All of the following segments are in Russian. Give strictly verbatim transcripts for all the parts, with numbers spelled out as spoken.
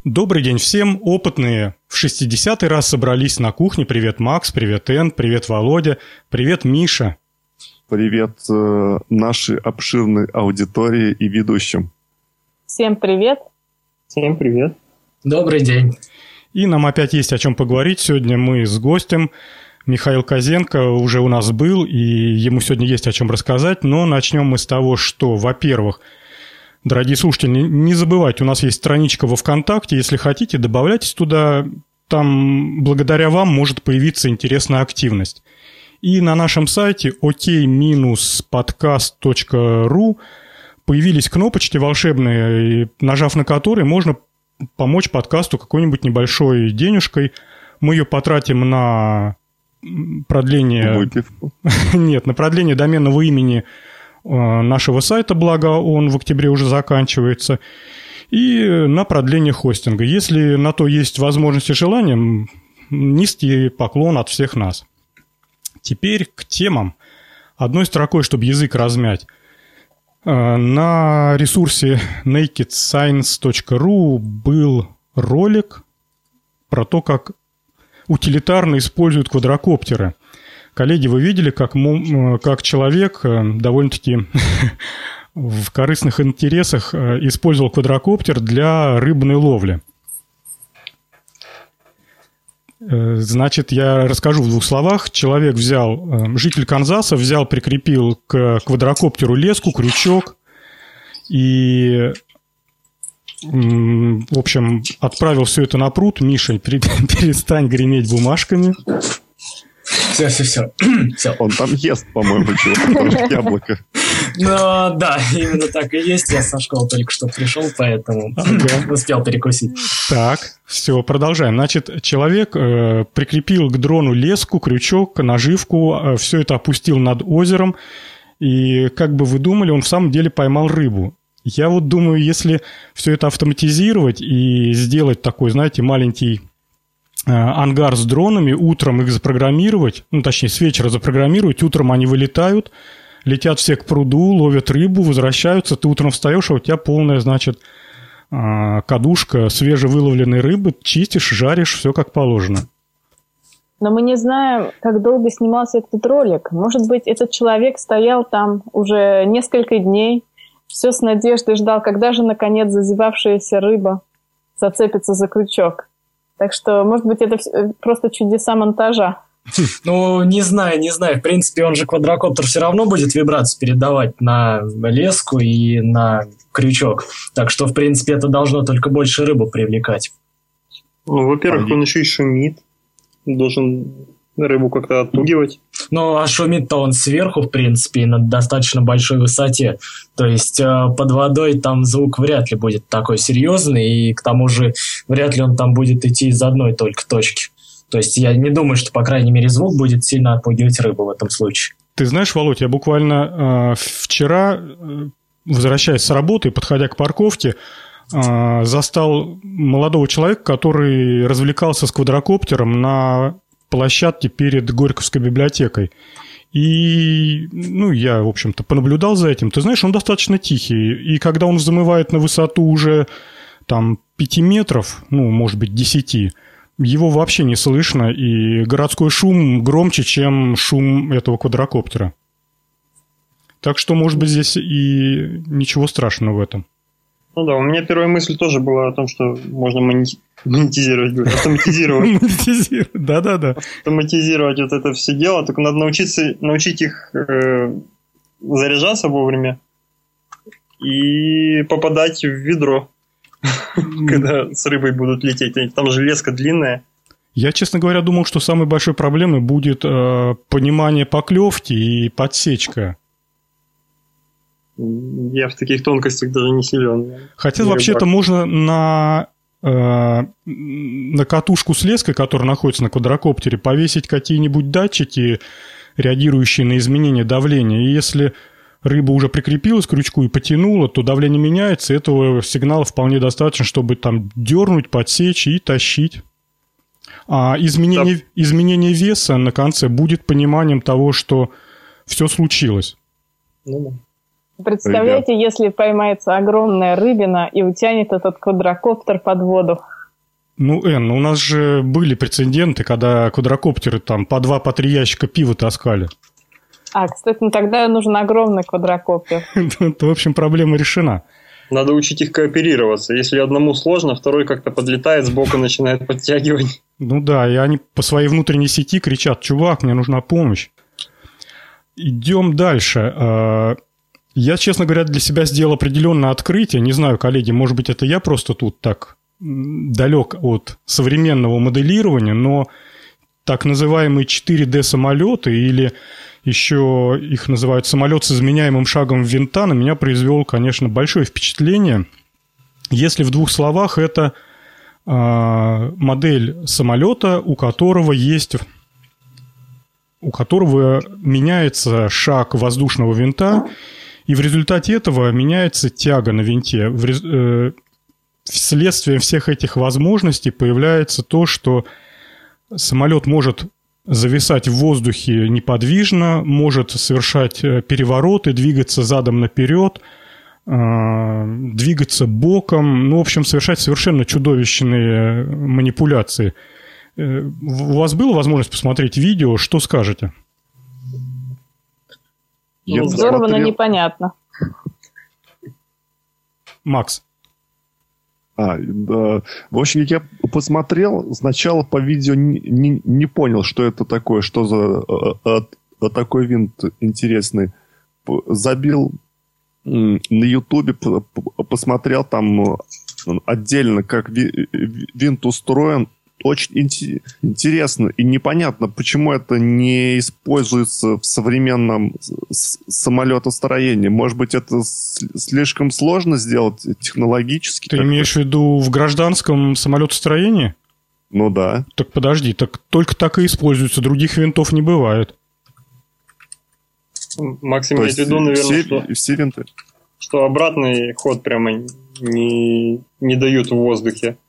Добрый день всем. Опытные в шестидесятый раз собрались на кухне. Привет, Макс, привет, Эн, привет, Володя, привет, Миша. Привет э, нашей обширной аудитории и ведущим. Всем привет. Всем привет. Добрый день. И нам опять есть о чем поговорить. Сегодня мы с гостем. Михаил Козенко уже у нас был, и ему сегодня есть о чем рассказать. Но начнем мы с того, что, во-первых, дорогие слушатели, не забывайте, у нас есть страничка во ВКонтакте. Если хотите, добавляйтесь туда. Там благодаря вам может появиться интересная активность. И на нашем сайте о кей подкаст точка ру появились кнопочки волшебные, нажав на которые можно помочь подкасту какой-нибудь небольшой денежкой. Мы ее потратим на продление... Выпивку. Нет, на продление доменного имени нашего сайта, благо он в октябре уже заканчивается, и на продление хостинга. Если на то есть возможность и желание, низкий поклон от всех нас. Теперь к темам. Одной строкой, чтобы язык размять. На ресурсе нэйкед сайнс точка ру был ролик про то, как утилитарно используют квадрокоптеры. Коллеги, вы видели, как, как человек довольно-таки в корыстных интересах использовал квадрокоптер для рыбной ловли? Значит, я расскажу в двух словах. Человек взял, житель Канзаса взял, прикрепил к квадрокоптеру леску, крючок и, в общем, отправил все это на пруд. Миша, перестань греметь бумажками. Все, все, все. все. Он там ест, по-моему, чего-то, яблоко. Ну, да, именно так и есть. Я со школы только что пришел, поэтому ага. успел перекусить. Так, все, продолжаем. Значит, человек э, прикрепил к дрону леску, крючок, наживку, э, все это опустил над озером, и, как бы вы думали, он в самом деле поймал рыбу. Я вот думаю, если все это автоматизировать и сделать такой, знаете, маленький ангар с дронами, утром их запрограммировать, ну, точнее, с вечера запрограммировать, утром они вылетают, летят все к пруду, ловят рыбу, возвращаются, ты утром встаешь, а у тебя полная, значит, кадушка свежевыловленной рыбы, чистишь, жаришь, все как положено. Но мы не знаем, как долго снимался этот ролик. Может быть, этот человек стоял там уже несколько дней, все с надеждой ждал, когда же, наконец, зазевавшаяся рыба зацепится за крючок. Так что, может быть, это просто чудеса монтажа. Ну, не знаю, не знаю. В принципе, он же квадрокоптер все равно будет вибрацию передавать на леску и на крючок. Так что, в принципе, это должно только больше рыбу привлекать. Ну, во-первых, он еще и шумит. Должен рыбу как-то отпугивать. Ну, а шумит-то он сверху, в принципе, и на достаточно большой высоте. То есть э, под водой там звук вряд ли будет такой серьезный, и к тому же вряд ли он там будет идти из одной только точки. То есть я не думаю, что, по крайней мере, звук будет сильно отпугивать рыбу в этом случае. Ты знаешь, Володь, я буквально э, вчера, э, возвращаясь с работы, подходя к парковке, э, застал молодого человека, который развлекался с квадрокоптером на площадке перед Горьковской библиотекой. И, ну, я, в общем-то, понаблюдал за этим. Ты знаешь, он достаточно тихий. И когда он взмывает на высоту уже, там, пяти метров, ну, может быть, десяти, его вообще не слышно. И городской шум громче, чем шум этого квадрокоптера. Так что, может быть, здесь и ничего страшного в этом. Ну да, у меня первая мысль тоже была о том, что можно монетизировать, говорю, автоматизировать. Монетизировать, да-да-да. Автоматизировать вот это все дело, только надо научиться, научить их э, заряжаться вовремя и попадать в ведро, когда с рыбой будут лететь. Там же леска длинная. Я, честно говоря, думал, что самой большой проблемой будет э, понимание поклевки и подсечка. Я в таких тонкостях даже не силен. Хотя вообще-то можно на, э, на катушку с леской, которая находится на квадрокоптере, повесить какие-нибудь датчики, реагирующие на изменение давления. И если рыба уже прикрепилась к крючку и потянула, то давление меняется, и этого сигнала вполне достаточно, чтобы там дернуть, подсечь и тащить. А изменение, да. изменение веса на конце будет пониманием того, что все случилось. Ну, Представляете, Ребят. если поймается огромная рыбина и утянет этот квадрокоптер под воду? Ну, Эн, у нас же были прецеденты, когда квадрокоптеры там по два, по три ящика пива таскали. А, кстати, ну тогда нужен огромный квадрокоптер. То, в общем, проблема решена. Надо учить их кооперироваться. Если одному сложно, второй как-то подлетает сбоку, начинает подтягивать. Ну да, и они по своей внутренней сети кричат: чувак, мне нужна помощь. Идем дальше. Я, честно говоря, для себя сделал определенное открытие. Не знаю, коллеги, может быть, это я просто тут так далек от современного моделирования, но так называемые четыре дэ самолеты, или еще их называют самолет с изменяемым шагом винта, на меня произвел, конечно, большое впечатление. Если в двух словах, это э, модель самолета, у которого есть, у которого меняется шаг воздушного винта, и в результате этого меняется тяга на винте. В, э, вследствие всех этих возможностей появляется то, что самолет может зависать в воздухе неподвижно, может совершать перевороты, двигаться задом наперед, двигаться боком, ну, в общем, совершать совершенно чудовищные манипуляции. У вас была возможность посмотреть видео, что скажете? Я Здорово, посмотрел... но непонятно. Макс. А, да. В общем, я посмотрел, сначала по видео не, не, не понял, что это такое, что за а, а, такой винт интересный. Забил на Ютубе, посмотрел там отдельно, как винт устроен. Очень интересно и непонятно, почему это не используется в современном самолетостроении. Может быть, это слишком сложно сделать технологически? Ты имеешь в виду в гражданском самолетостроении? Ну да. Так подожди, так только так и используется, других винтов не бывает. Максим имеет в виду, наверное, все, что, все винты. что обратный ход прямо не, не дают в воздухе.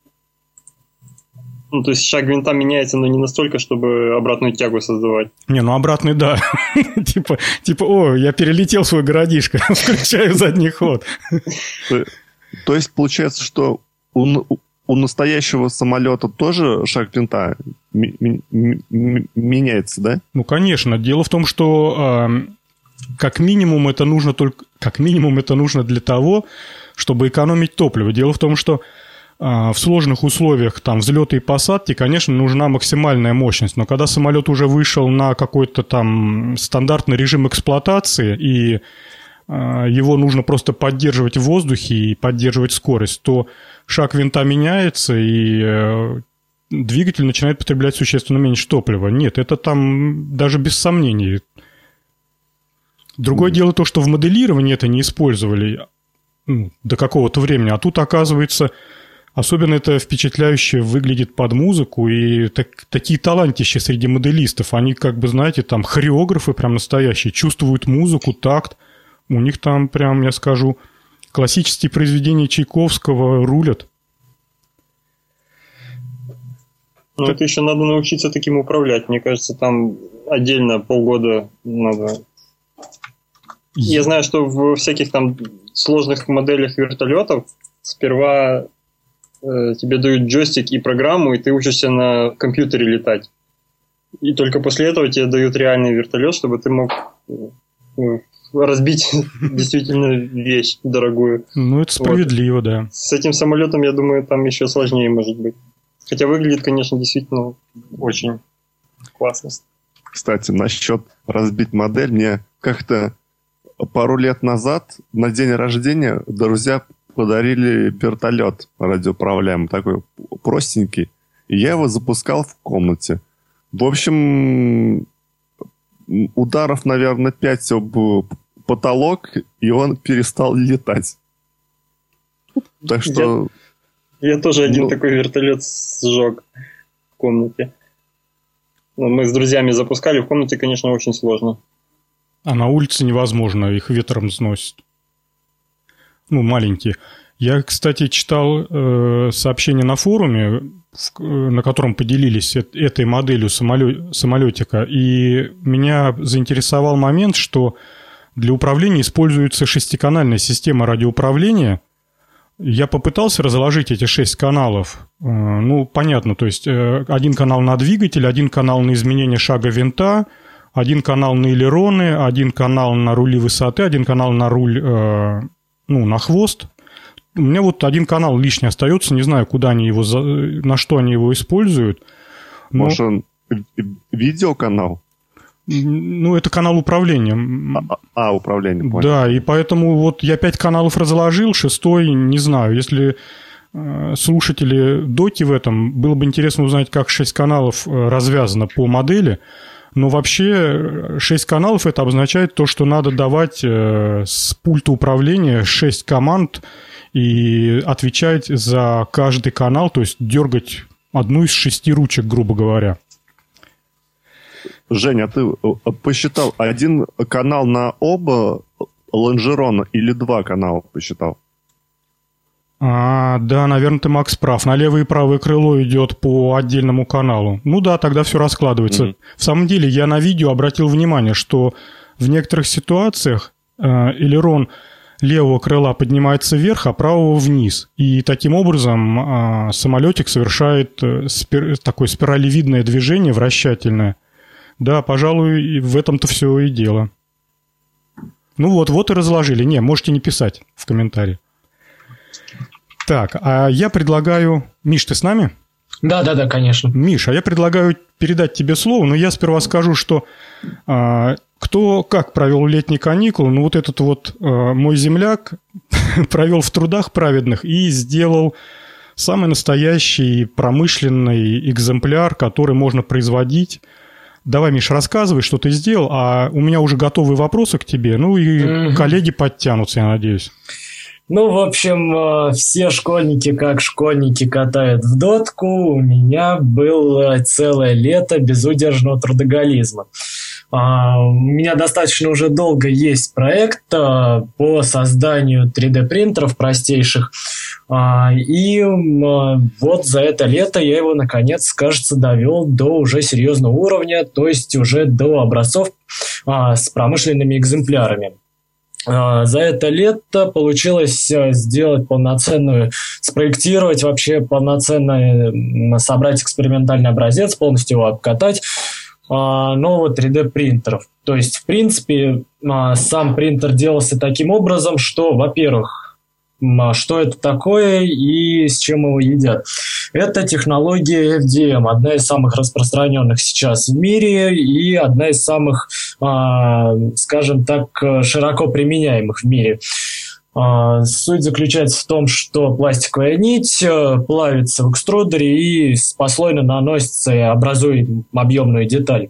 Ну, то есть шаг винта меняется, но не настолько, чтобы обратную тягу создавать. Не, ну обратный, да. типа, типа, о, я перелетел свой городишко, включаю задний ход. То есть получается, что у, у настоящего самолета тоже шаг винта меняется, да? Ну, конечно. Дело в том, что как минимум это нужно только, как минимум это нужно для того, чтобы экономить топливо. Дело в том, что в сложных условиях там взлета и посадки, конечно, нужна максимальная мощность, но когда самолет уже вышел на какой-то там стандартный режим эксплуатации, и его нужно просто поддерживать в воздухе и поддерживать скорость, то шаг винта меняется, и двигатель начинает потреблять существенно меньше топлива. Нет, это там даже без сомнений. Другое дело то, что в моделировании это не использовали ну, до какого-то времени, а тут, оказывается, особенно это впечатляюще выглядит под музыку, и так, такие талантища среди моделистов, они, как бы, знаете, там хореографы прям настоящие, чувствуют музыку, такт, у них там прям, я скажу, классические произведения Чайковского рулят. Ну, это еще надо научиться таким управлять, мне кажется, там отдельно полгода надо... Я знаю, что в всяких там сложных моделях вертолетов сперва тебе дают джойстик и программу, и ты учишься на компьютере летать. И только после этого тебе дают реальный вертолет, чтобы ты мог разбить действительно вещь дорогую. Ну, это справедливо, вот. Да. С этим самолетом, я думаю, там еще сложнее может быть. Хотя выглядит, конечно, действительно очень классно. Кстати, насчет разбить модель, мне как-то пару лет назад на день рождения друзья подарили вертолет радиоуправляемый, такой простенький. И я его запускал в комнате. В общем, ударов, наверное, пять об потолок, и он перестал летать. Так что... Я, я тоже один ну... такой вертолет сжег в комнате. Мы с друзьями запускали, в комнате, конечно, очень сложно. А на улице невозможно, их ветром сносит. Ну, маленькие. Я, кстати, читал э, сообщение на форуме, в, на котором поделились э, этой моделью самолё- самолетика, и меня заинтересовал момент, что для управления используется шестиканальная система радиоуправления, Я попытался разложить эти шесть каналов. Ну, понятно, то есть один канал на двигатель, один канал на изменение шага винта, один канал на элероны, один канал на рули высоты, один канал на руль, ну, на хвост. У меня вот один канал лишний остается, не знаю, куда они его, на что они его используют. Но... Может, он видеоканал? Ну, это канал управления. А, а управление, понял. Да, и поэтому вот я пять каналов разложил, шестой, не знаю, если э, слушатели доки в этом, было бы интересно узнать, как шесть каналов развязано по модели, но вообще шесть каналов это обозначает то, что надо давать э, с пульта управления шесть команд и отвечать за каждый канал, то есть дергать одну из шести ручек, грубо говоря. Женя, а ты посчитал один канал на оба лонжерона или два канала посчитал? А, да, наверное, ты, Макс, прав. На левое и правое крыло идет по отдельному каналу. Ну да, тогда все раскладывается. Mm-hmm. В самом деле, я на видео обратил внимание, что в некоторых ситуациях э, элерон левого крыла поднимается вверх, а правого вниз. И таким образом э, самолетик совершает спир... такое спиралевидное движение, вращательное. Да, пожалуй, в этом-то все и дело. Ну вот, вот и разложили. Не, можете не писать в комментарии. Так, а я предлагаю... Миш, ты с нами? Да, да, да, конечно. Миш, а я предлагаю передать тебе слово, но я сперва скажу, что а, кто как провел летние каникулы, ну вот этот вот а, мой земляк провел в трудах праведных и сделал самый настоящий промышленный экземпляр, который можно производить. Давай, Миш, рассказывай, что ты сделал, а у меня уже готовые вопросы к тебе, ну и mm-hmm. коллеги подтянутся, я надеюсь. Ну, в общем, все школьники как школьники катают в дотку, у меня было целое лето безудержного трудоголизма. У меня достаточно уже долго есть проект по созданию три дэ принтеров простейших. И вот за это лето я его, наконец, кажется, довел до уже серьезного уровня, то есть уже до образцов с промышленными экземплярами. За это лето получилось сделать полноценную, спроектировать вообще полноценно, собрать экспериментальный образец, полностью его обкатать нового три дэ принтеров. То есть, в принципе, сам принтер делался таким образом, что, во-первых, что это такое и с чем его едят. Это технология эф ди эм, одна из самых распространенных сейчас в мире и одна из самых, скажем так, широко применяемых в мире. Суть заключается в том, что пластиковая нить плавится в экструдере и послойно наносится и образует объемную деталь.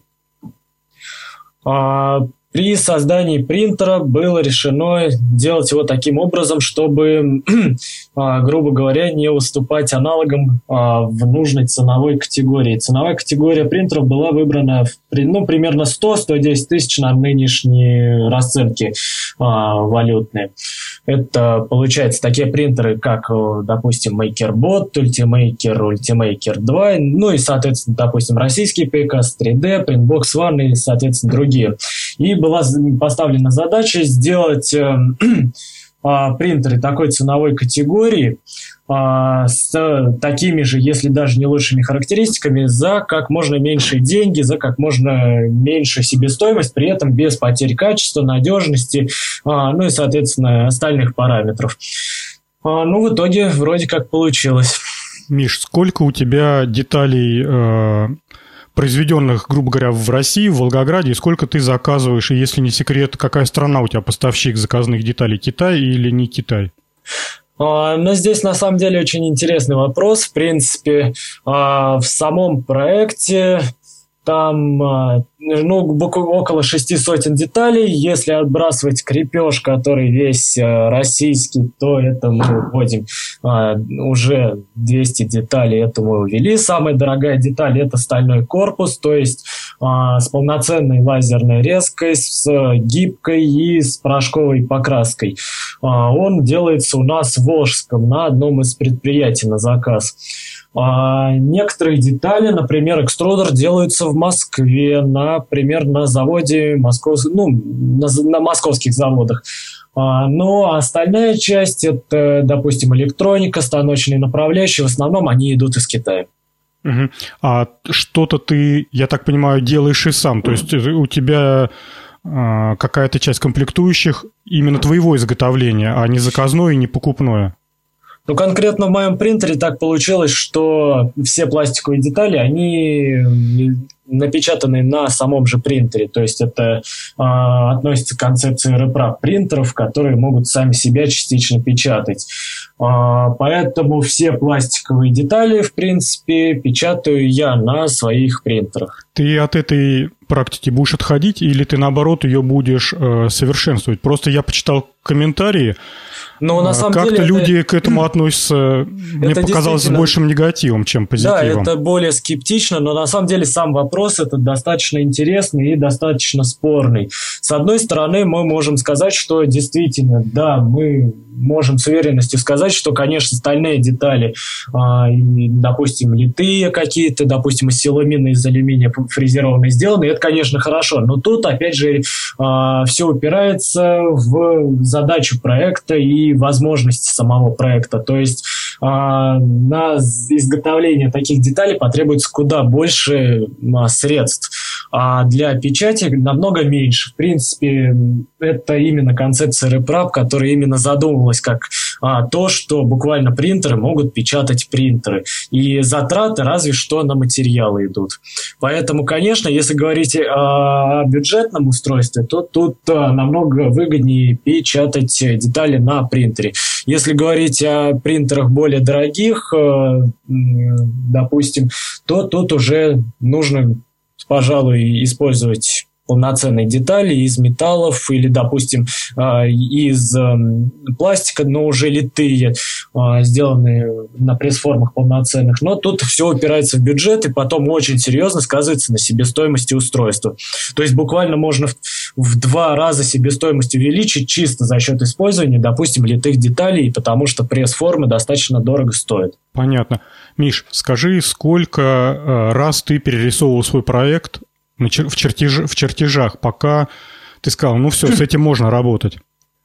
При создании принтера было решено делать его таким образом, чтобы, грубо говоря, не уступать аналогам в нужной ценовой категории. Ценовая категория принтеров была выбрана ну, примерно сто - сто десять тысяч на нынешние расценки валютные. Это, получается, такие принтеры, как, допустим, MakerBot, Ultimaker, Ultimaker два, ну и, соответственно, допустим, российский Precast три дэ, Printbox One и, соответственно, другие. И была поставлена задача сделать э, э, принтеры такой ценовой категории э, с такими же, если даже не лучшими характеристиками, за как можно меньшие деньги, за как можно меньше себестоимость, при этом без потери качества, надежности, э, ну и, соответственно, остальных параметров. Э, ну, в итоге вроде как получилось. Миш, сколько у тебя деталей... Э... произведенных, грубо говоря, в России, в Волгограде, и сколько ты заказываешь, и если не секрет, какая страна у тебя поставщик заказанных деталей, Китай или не Китай? Но здесь на самом деле очень интересный вопрос. В принципе, в самом проекте там ну, около шести сотен деталей. Если отбрасывать крепеж, который весь российский, то это мы вводим уже двести деталей. Это мы увели. Самая дорогая деталь – это стальной корпус, то есть с полноценной лазерной резкой, с гибкой и с порошковой покраской. Он делается у нас в Волжском на одном из предприятий на заказ. А некоторые детали, например, экструдер, делаются в Москве, например, на заводе, Москов... ну, на, на московских заводах. Но остальная часть, это, допустим, электроника, станочные направляющие, в основном они идут из Китая. Угу. А что-то ты, я так понимаю, делаешь и сам, то есть у тебя а, какая-то часть комплектующих именно твоего изготовления, а не заказное и не покупное? Ну, конкретно в моем принтере так получилось, что все пластиковые детали, они напечатаны на самом же принтере. То есть это э, относится к концепции репроп принтеров, которые могут сами себя частично печатать. Э, поэтому все пластиковые детали, в принципе, печатаю я на своих принтерах. Ты от этой практики будешь отходить или ты, наоборот, ее будешь э, совершенствовать? Просто я почитал комментарии, но на самом как-то деле люди это... к этому относятся, мне это показалось, с большим негативом, чем позитивом. Да, это более скептично, но на самом деле сам вопрос это достаточно интересный и достаточно спорный. С одной стороны, мы можем сказать, что действительно, да, мы можем с уверенностью сказать, что, конечно, стальные детали, допустим, литые какие-то, допустим, из силумина, из алюминия фрезерованные сделаны, это, конечно, хорошо. Но тут, опять же, все упирается в задачу проекта и возможности самого проекта. То есть на изготовление таких деталей потребуется куда больше средств, а для печати намного меньше. В принципе, это именно концепция репроп, которая именно задумывалась как а, то, что буквально принтеры могут печатать принтеры. И затраты разве что на материалы идут. Поэтому, конечно, если говорить о бюджетном устройстве, то тут а, намного выгоднее печатать детали на принтере. Если говорить о принтерах более дорогих, э, допустим, то тут уже нужно, пожалуй, использовать полноценные детали из металлов или, допустим, из пластика, но уже литые, сделанные на пресс-формах полноценных. Но тут все упирается в бюджет и потом очень серьезно сказывается на себестоимости устройства. То есть буквально можно в, в два раза себестоимость увеличить чисто за счет использования, допустим, литых деталей, потому что пресс-формы достаточно дорого стоят. Понятно. Миш, скажи, сколько раз ты перерисовывал свой проект в, чертеж, в чертежах, пока ты сказал, ну все, с этим можно работать?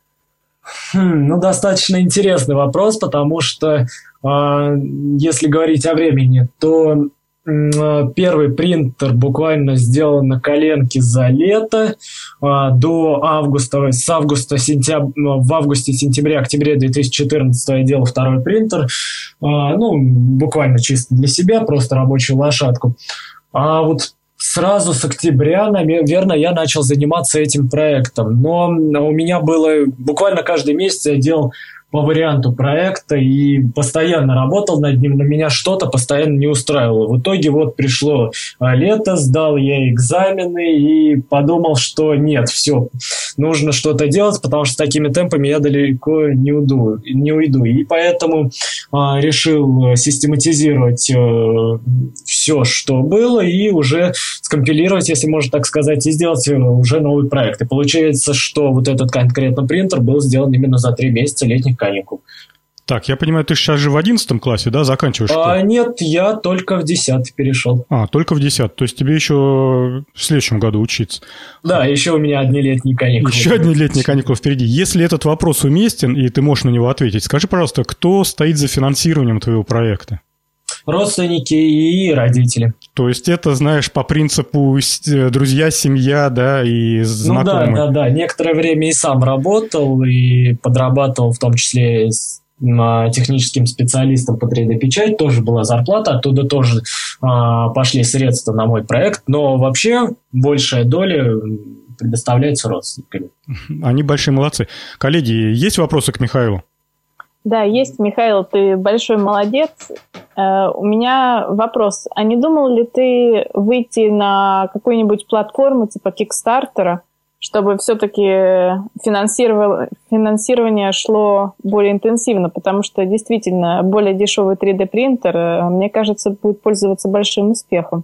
Хм, ну, достаточно интересный вопрос, потому что э, если говорить о времени, то э, первый принтер буквально сделан на коленке за лето, э, до августа, с августа, сентября, в августе-сентябре, октябре две тысячи четырнадцатого я делал второй принтер, э, ну, буквально чисто для себя, просто рабочую лошадку. А вот сразу с октября, наверное, я начал заниматься этим проектом. Но у меня было буквально каждый месяц я делал по варианту проекта и постоянно работал над ним, но меня что-то постоянно не устраивало. В итоге вот пришло лето, сдал я экзамены и подумал, что нет, все, нужно что-то делать, потому что с такими темпами я далеко не уйду. Не уйду. И поэтому а, решил систематизировать а, все, что было, и уже скомпилировать, если можно так сказать, и сделать уже новый проект. И получается, что вот этот конкретно принтер был сделан именно за три месяца летних каникул. Так, я понимаю, ты сейчас же в одиннадцатом классе, да, заканчиваешь? А, нет, я только в десятый перешел. А, только в десятый, то есть тебе еще в следующем году учиться. Да, еще у меня одни летние каникулы. Еще одни летние каникулы впереди. Если этот вопрос уместен, и ты можешь на него ответить, скажи, пожалуйста, кто стоит за финансированием твоего проекта? Родственники и родители. То есть это, знаешь, по принципу друзья, семья, да, и знакомые. Ну да, да, да. Некоторое время и сам работал, и подрабатывал в том числе с техническим специалистом по три дэ-печать. Тоже была зарплата, оттуда тоже а, пошли средства на мой проект. Но вообще большая доля предоставляется родственниками. Они большие молодцы. Коллеги, есть вопросы к Михаилу? Да, есть, Михаил, ты большой молодец. Э, у меня вопрос. А не думал ли ты выйти на какую-нибудь платформу типа Кикстартера, чтобы все-таки финансирование шло более интенсивно? Потому что действительно более дешевый три дэ-принтер, мне кажется, будет пользоваться большим успехом.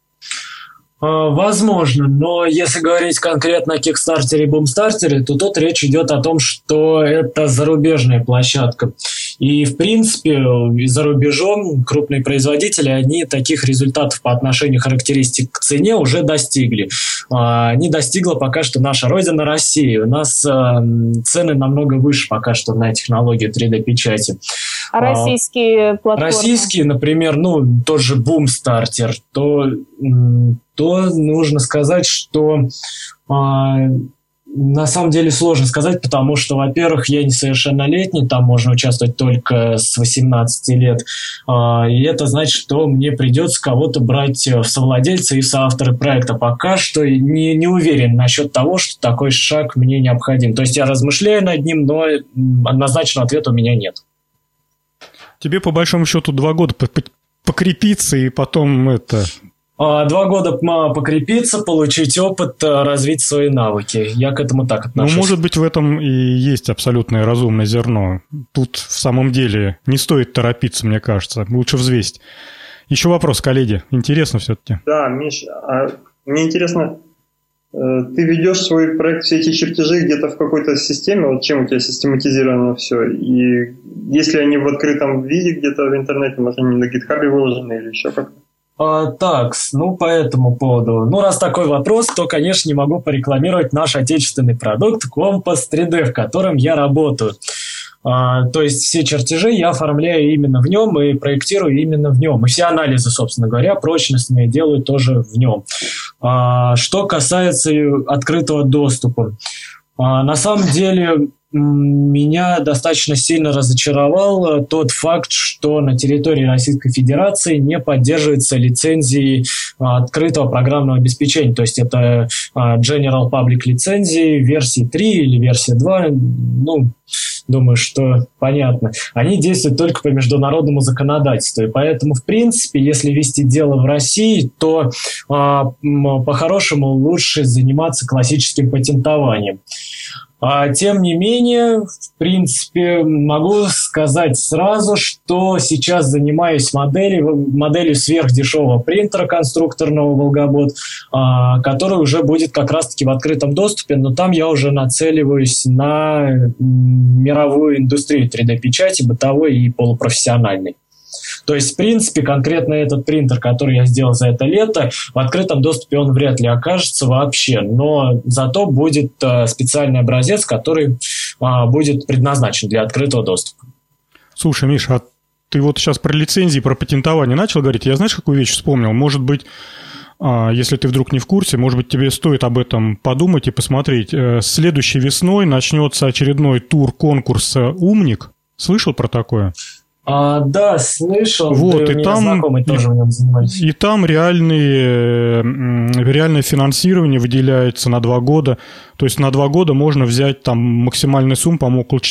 Возможно, но если говорить конкретно о Кикстартере и Бумстартере, то тут речь идет о том, что это зарубежная площадка. И, в принципе, за рубежом крупные производители, они таких результатов по отношению характеристик к цене уже достигли. Не достигла пока что наша родина Россия. У нас цены намного выше пока что на технологию три дэ-печати. А российские платформы? Российские, например, ну, тот же Boomstarter, то, то нужно сказать, что а, на самом деле сложно сказать, потому что, во-первых, я несовершеннолетний, там можно участвовать только с восемнадцати лет, а, и это значит, что мне придется кого-то брать в совладельцы и в соавторы проекта. Пока что не, не уверен насчет того, что такой шаг мне необходим. То есть я размышляю над ним, но однозначного ответа у меня нет. Тебе, по большому счету, два года покрепиться и потом это... Два года покрепиться, получить опыт, развить свои навыки. Я к этому так отношусь. Ну, может быть, в этом и есть абсолютное разумное зерно. Тут, в самом деле, не стоит торопиться, мне кажется. Лучше взвесить. Еще вопрос, коллеги. Интересно все-таки. Да, Миш, а мне интересно... Ты ведешь свой проект, все эти чертежи где-то в какой-то системе, вот чем у тебя систематизировано все, и если они в открытом виде где-то в интернете, может, они на GitHub выложены или еще как-то? А, так, ну, по этому поводу. Ну, раз такой вопрос, то, конечно, не могу порекламировать наш отечественный продукт Compass три дэ, в котором я работаю. А, то есть все чертежи я оформляю именно в нем и проектирую именно в нем. И все анализы, собственно говоря, прочностные делаю тоже в нем. А, что касается открытого доступа. А, на самом деле меня достаточно сильно разочаровал тот факт, что на территории Российской Федерации не поддерживаются лицензии открытого программного обеспечения. То есть это General Public лицензии версии три или версия два. Ну, думаю, что понятно. Они действуют только по международному законодательству. И поэтому, в принципе, если вести дело в России, то а, по-хорошему лучше заниматься классическим патентованием. А, тем не менее, в принципе, могу сказать сразу, что сейчас занимаюсь моделью, моделью сверхдешевого принтера конструкторного Волгобот, а, который уже будет как раз-таки в открытом доступе, но там я уже нацеливаюсь на мировую индустрию три дэ-печати, бытовой и полупрофессиональной. То есть, в принципе, конкретно этот принтер, который я сделал за это лето, в открытом доступе он вряд ли окажется вообще, но зато будет э, специальный образец, который э, будет предназначен для открытого доступа. Слушай, Миша, а ты вот сейчас про лицензии, про патентование начал говорить. Я знаешь, какую вещь вспомнил? Может быть, э, если ты вдруг не в курсе, может быть, тебе стоит об этом подумать и посмотреть. Э, следующей весной начнется очередной тур конкурса «Умник». Слышал про такое? А, да, слышал, вот, да, и у меня там, знакомые тоже в нем занимались. И там реальные, реальное финансирование выделяется на два года. То есть на два года можно взять там максимальную сумму, по-моему, около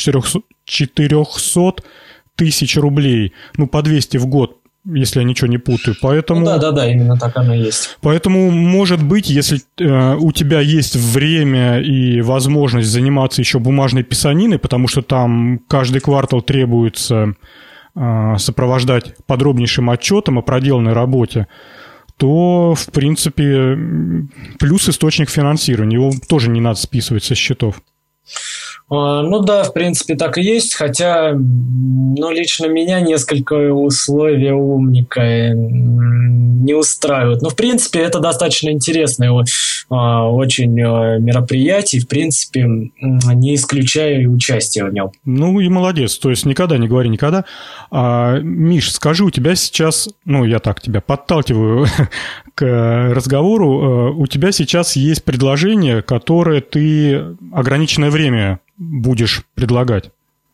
четыреста тысяч рублей. Ну, по двести в год, если я ничего не путаю. Поэтому, ну, да, да, да, именно так оно и есть. Поэтому, может быть, если э, у тебя есть время и возможность заниматься еще бумажной писаниной, потому что там каждый квартал требуется сопровождать подробнейшим отчетом о проделанной работе, то, в принципе, плюс источник финансирования. Его тоже не надо списывать со счетов. Ну да, в принципе, так и есть, хотя, ну, лично меня несколько условий умника не устраивают. Но, в принципе, это достаточно интересное очень мероприятие, в принципе, не исключаю участие в нем. Ну и молодец, то есть никогда не говори никогда. А, Миш, скажи, у тебя сейчас, ну, я так тебя подталкиваю к разговору, у тебя сейчас есть предложение, которое ты ограниченное время будешь предлагать?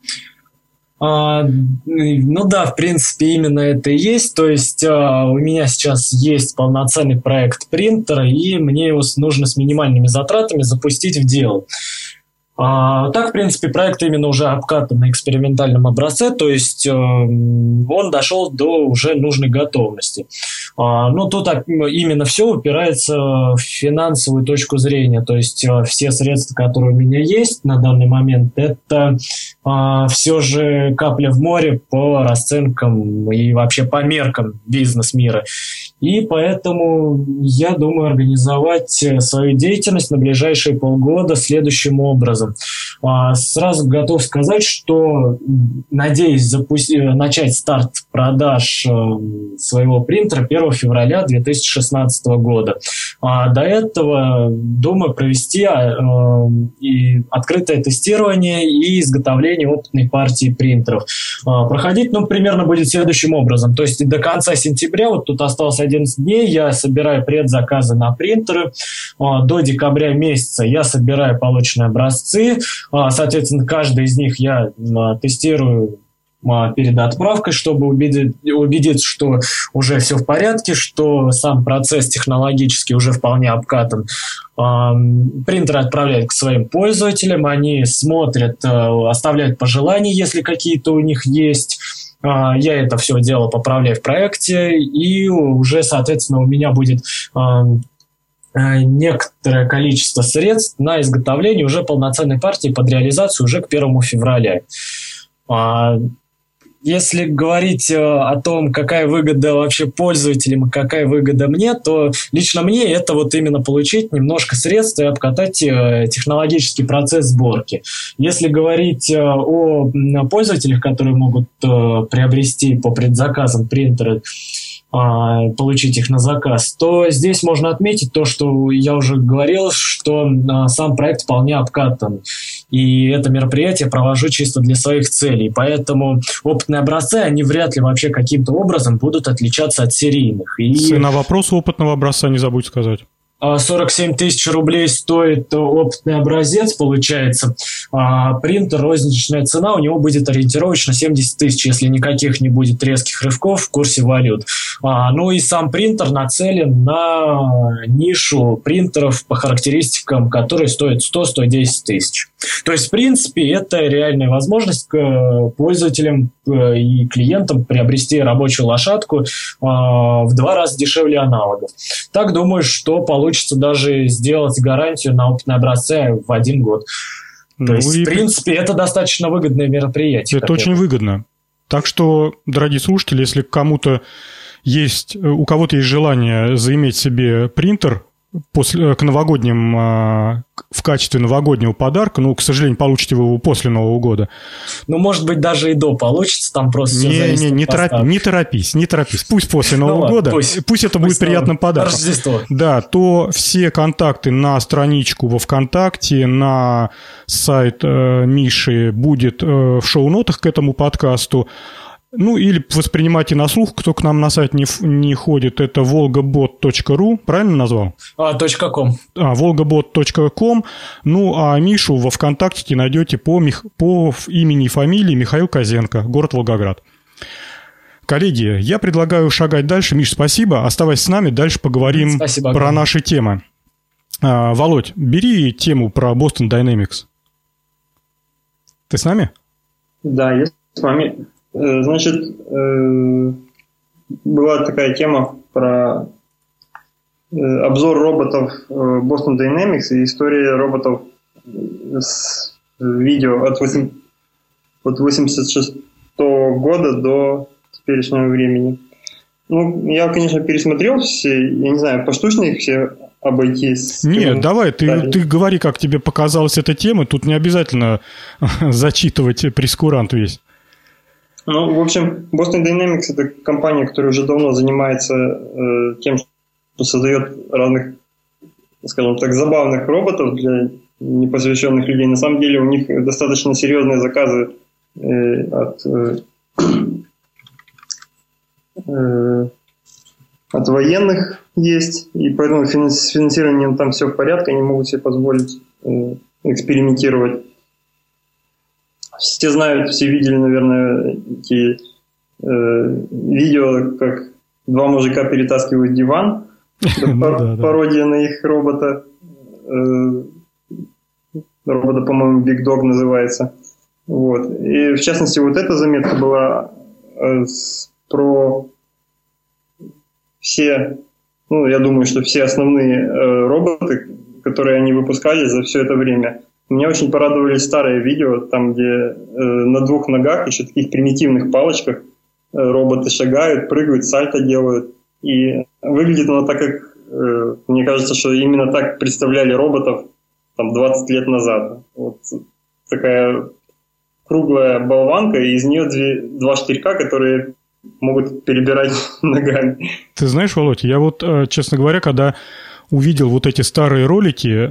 А, ну да, в принципе, именно это и есть. То есть а, у меня сейчас есть полноценный проект принтера, и мне его нужно с минимальными затратами запустить в дело. А, так, в принципе, проект именно уже обкатан на экспериментальном образце, то есть э, он дошел до уже нужной готовности. А, ну, тут именно все упирается в финансовую точку зрения, то есть э, все средства, которые у меня есть на данный момент, это э, все же капля в море по расценкам и вообще по меркам бизнес-мира. И поэтому я думаю организовать свою деятельность на ближайшие полгода следующим образом. Сразу готов сказать, что надеюсь запусти... начать старт продаж своего принтера первого февраля две тысячи шестнадцатого года. До этого думаю провести и открытое тестирование и изготовление опытной партии принтеров. Проходить, ну, примерно будет следующим образом. То есть до конца сентября, вот тут осталось одиннадцать дней, я собираю предзаказы на принтеры. До декабря месяца я собираю полученные образцы. Соответственно, каждый из них я тестирую перед отправкой, чтобы убедить, убедиться, что уже все в порядке, что сам процесс технологически уже вполне обкатан. Принтеры отправляют к своим пользователям, они смотрят, оставляют пожелания, если какие-то у них есть. Я это все дело поправляю в проекте, и уже, соответственно, у меня будет некоторое количество средств на изготовление уже полноценной партии под реализацию уже к первому февраля. Если говорить о том, какая выгода вообще пользователям и какая выгода мне, то лично мне это вот именно получить немножко средств и обкатать технологический процесс сборки. Если говорить о пользователях, которые могут приобрести по предзаказам принтеры, получить их на заказ, то здесь можно отметить то, что я уже говорил, что сам проект вполне обкатан. И это мероприятие провожу чисто для своих целей. Поэтому опытные образцы, они вряд ли вообще каким-то образом будут отличаться от серийных. И на вопрос опытного образца не забудь сказать. сорок семь тысяч рублей стоит опытный образец, получается. А принтер, розничная цена у него будет ориентировочно семьдесят тысяч, если никаких не будет резких рывков в курсе валют. А, ну и сам принтер нацелен на нишу принтеров по характеристикам, которые стоят сто - сто десять тысяч. То есть, в принципе, это реальная возможность к пользователям и клиентам приобрести рабочую лошадку а, в два раза дешевле аналогов. Так думаю, что получится даже сделать гарантию на опытные образцы в один год. То ну есть, и... в принципе, это достаточно выгодное мероприятие. Это очень это. выгодно. Так что, дорогие слушатели, если кому-то есть, у кого-то есть желание заиметь себе принтер после, к новогодним, в качестве новогоднего подарка, ну, к сожалению, получите вы его после Нового года. Ну, может быть, даже и до получится, там просто все не, зависит не, не, от торопи, не торопись, не торопись. Пусть после Нового ну, года, пусть, пусть это пусть будет приятным подарком. Рождество. Да, то все контакты на страничку во ВКонтакте, на сайт э, Миши будет э, в шоу-нотах к этому подкасту. Ну, или воспринимайте на слух, кто к нам на сайт не, не ходит, это волгабот точка ру, правильно назвал? А, .com. А, волгабот точка ком. Ну, а Мишу во ВКонтакте найдете по, по имени и фамилии Михаил Козенко, город Волгоград. Коллеги, я предлагаю шагать дальше. Миш, спасибо. Оставайся с нами, дальше поговорим спасибо, про огромное. Наши темы. А, Володь, бери тему про Boston Dynamics. Ты с нами? Да, я с вами. Значит, была такая тема про обзор роботов Boston Dynamics и история роботов с видео от восемьдесят шестого года до теперешнего времени. Ну, я, конечно, пересмотрел все, я не знаю, поштучно их все обойти. Нет, давай, ты, ты говори, как тебе показалась эта тема, тут не обязательно зачитывать прескурант весь. Ну, в общем, Boston Dynamics – это компания, которая уже давно занимается э, тем, что создает разных, скажем так, забавных роботов для непосвященных людей. На самом деле у них достаточно серьезные заказы э, от, э, э, от военных есть, и поэтому с финансированием там все в порядке, они могут себе позволить э, экспериментировать. Все знают, все видели, наверное, эти э, видео, как два мужика перетаскивают диван. Это пародия на их робота. Робота, по-моему, Big Dog называется. Вот. И в частности, вот эта заметка была про все, ну, я думаю, что все основные роботы, которые они выпускали за все это время. Меня очень порадовали старые видео, там, где э, на двух ногах, еще таких примитивных палочках, э, роботы шагают, прыгают, сальто делают. И выглядит оно так, как, э, мне кажется, что именно так представляли роботов там двадцать лет назад. Вот такая круглая болванка, и из нее две, два штырька, которые могут перебирать ногами. Ты знаешь, Володь, я вот, честно говоря, когда увидел вот эти старые ролики,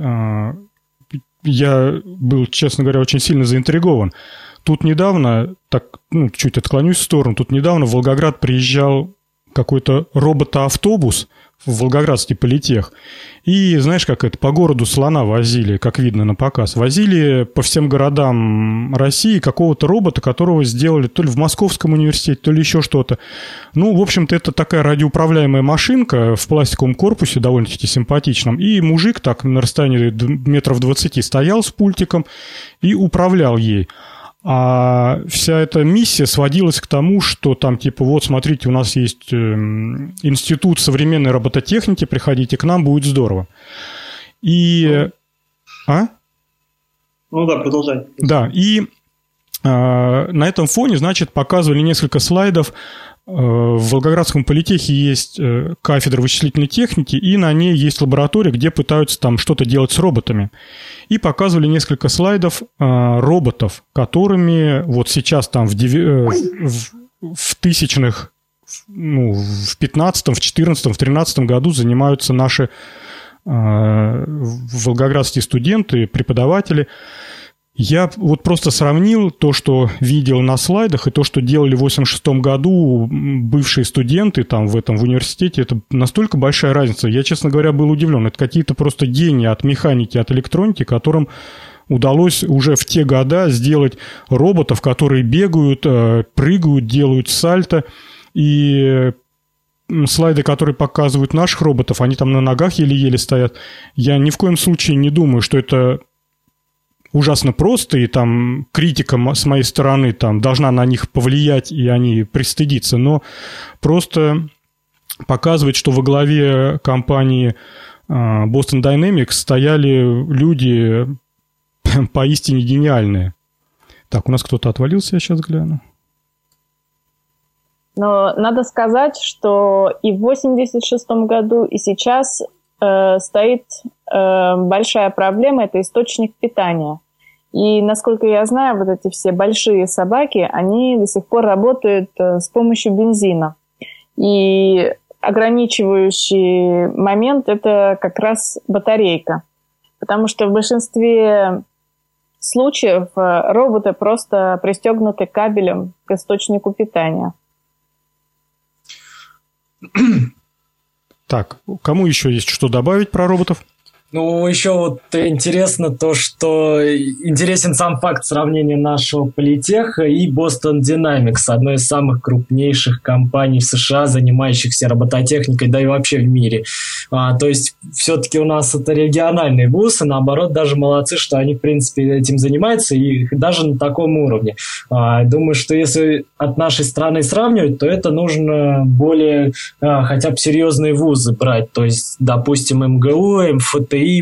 я был, честно говоря, очень сильно заинтригован. Тут недавно, так, ну, чуть отклонюсь в сторону, тут недавно в Волгоград приезжал какой-то робота-автобус в Волгоградский политех. И знаешь, как это, по городу слона возили, как видно на показ. Возили по всем городам России какого-то робота, которого сделали то ли в Московском университете, то ли еще что-то. Ну, в общем-то, это такая радиоуправляемая машинка в пластиковом корпусе, довольно-таки симпатичном. И мужик так на расстоянии метров двадцати стоял с пультиком и управлял ей. А вся эта миссия сводилась к тому, что там типа вот смотрите, у нас есть э, институт современной робототехники, приходите к нам, будет здорово. И... А? Ну да, продолжай. Да, и э, на этом фоне, значит, показывали несколько слайдов. В Волгоградском политехе есть кафедра вычислительной техники, и на ней есть лаборатория, где пытаются там что-то делать с роботами. И показывали несколько слайдов а, роботов, которыми вот сейчас там в, деви... в, в тысячных, ну, в пятнадцатом, в четырнадцатом, в тринадцатом году занимаются наши а, волгоградские студенты, преподаватели. Я вот просто сравнил то, что видел на слайдах, и то, что делали в восемьдесят шестом году бывшие студенты там в этом в университете. Это настолько большая разница. Я, честно говоря, был удивлен. Это какие-то просто гении от механики, от электроники, которым удалось уже в те года сделать роботов, которые бегают, прыгают, делают сальто. И слайды, которые показывают наших роботов, они там на ногах еле-еле стоят. Я ни в коем случае не думаю, что это ужасно просто, и там критика с моей стороны там должна на них повлиять, и они пристыдиться, но просто показывает, что во главе компании Boston Dynamics стояли люди поистине гениальные. Так, у нас кто-то отвалился, я сейчас гляну. Но надо сказать, что и в восемьдесят шестом году, и сейчас э, стоит э, большая проблема – это источник питания. И, насколько я знаю, вот эти все большие собаки, они до сих пор работают с помощью бензина. И ограничивающий момент – это как раз батарейка. Потому что в большинстве случаев роботы просто пристегнуты кабелем к источнику питания. Так, кому еще есть что добавить про роботов? Ну, еще вот интересно то, что интересен сам факт сравнения нашего политеха и Boston Dynamics, одной из самых крупнейших компаний в США, занимающихся робототехникой, да и вообще в мире. А, то есть, все-таки у нас это региональный вуз, и наоборот, даже молодцы, что они, в принципе, этим занимаются, и даже на таком уровне. А, думаю, что если от нашей страны сравнивать, то это нужно более а, хотя бы серьезные вузы брать. То есть, допустим, эм гэ у, эм эф тэ и,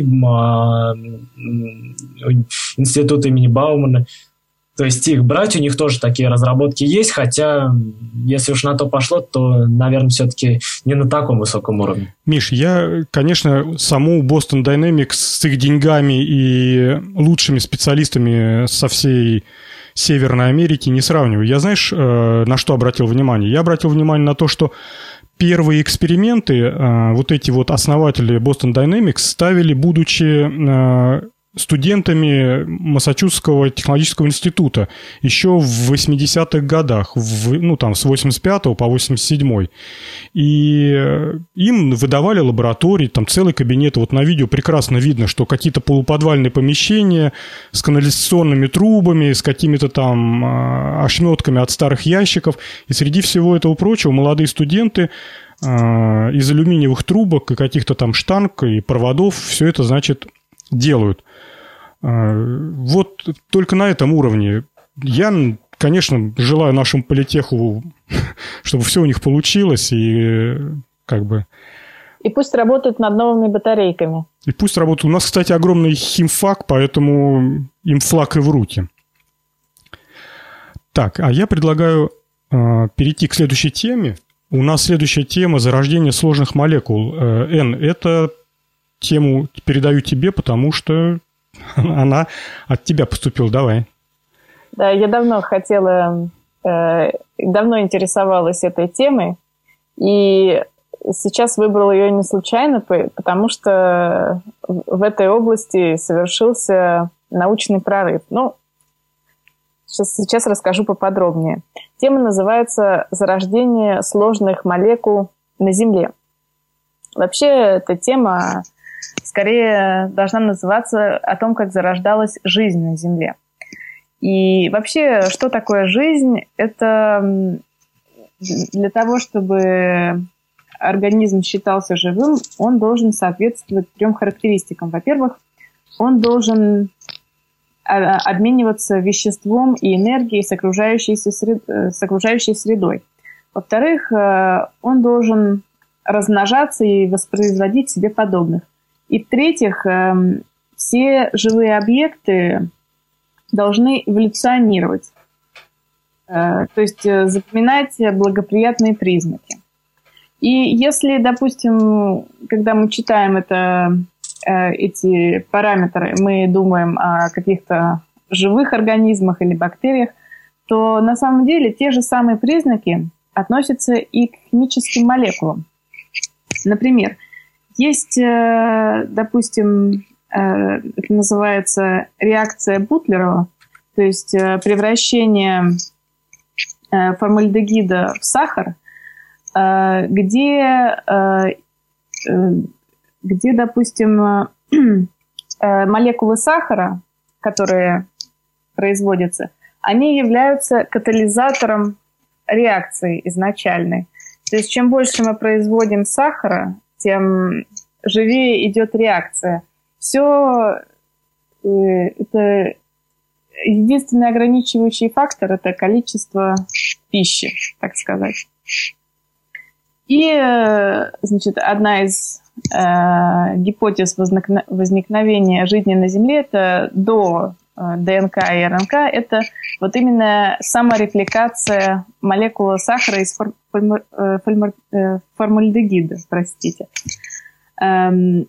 институт имени Баумана. То есть их брать, у них тоже такие разработки есть, хотя, если уж на то пошло, то, наверное, все-таки не на таком высоком уровне. Миш, я, конечно, саму Boston Dynamics с их деньгами и лучшими специалистами со всей Северной Америки не сравниваю. Я, знаешь, на что обратил внимание? Я обратил внимание на то, что первые эксперименты вот эти вот основатели Boston Dynamics ставили, будучи студентами Массачусетского технологического института еще в восьмидесятых годах, в, ну там с восемьдесят пятого по восемьдесят седьмой. И им выдавали лаборатории, там целый кабинет. Вот на видео прекрасно видно, что какие-то полуподвальные помещения с канализационными трубами, с какими-то там ошметками от старых ящиков. И среди всего этого прочего молодые студенты из алюминиевых трубок и каких-то там штанг и проводов все это, значит, делают. Вот только на этом уровне. Я, конечно, желаю нашему политеху, чтобы все у них получилось, и как бы... И пусть работают над новыми батарейками. И пусть работают. У нас, кстати, огромный химфак, поэтому им флаг и в руки. Так, а я предлагаю э, перейти к следующей теме. У нас следующая тема – зарождение сложных молекул. Эн, эту тему передаю тебе, потому что она от тебя поступила. Давай. Да, я давно хотела, э, давно интересовалась этой темой, и сейчас выбрала ее не случайно, потому что в этой области совершился научный прорыв. Ну, сейчас, сейчас расскажу поподробнее. Тема называется «Зарождение сложных молекул на Земле». Вообще, эта тема скорее должна называться о том, как зарождалась жизнь на Земле. И вообще, что такое жизнь? Это для того, чтобы организм считался живым, он должен соответствовать трем характеристикам. Во-первых, он должен обмениваться веществом и энергией с окружающей, сред... с окружающей средой. Во-вторых, он должен размножаться и воспроизводить себе подобных. И в-третьих, все живые объекты должны эволюционировать, то есть запоминать благоприятные признаки. И если, допустим, когда мы читаем это, эти параметры, мы думаем о каких-то живых организмах или бактериях, то на самом деле те же самые признаки относятся и к химическим молекулам. Например, есть, допустим, это называется реакция Бутлерова, то есть превращение формальдегида в сахар, где, где, допустим, молекулы сахара, которые производятся, они являются катализатором реакции изначальной. То есть чем больше мы производим сахара, тем живее идет реакция. Все это единственный ограничивающий фактор – это количество пищи, так сказать. И, значит, одна из э, гипотез возникна- возникновения жизни на Земле – это до э, ДНК и РНК – это вот именно саморепликация молекулы сахара из фор- фольмар- э, фольмар- э, формальдегида, простите. Эм,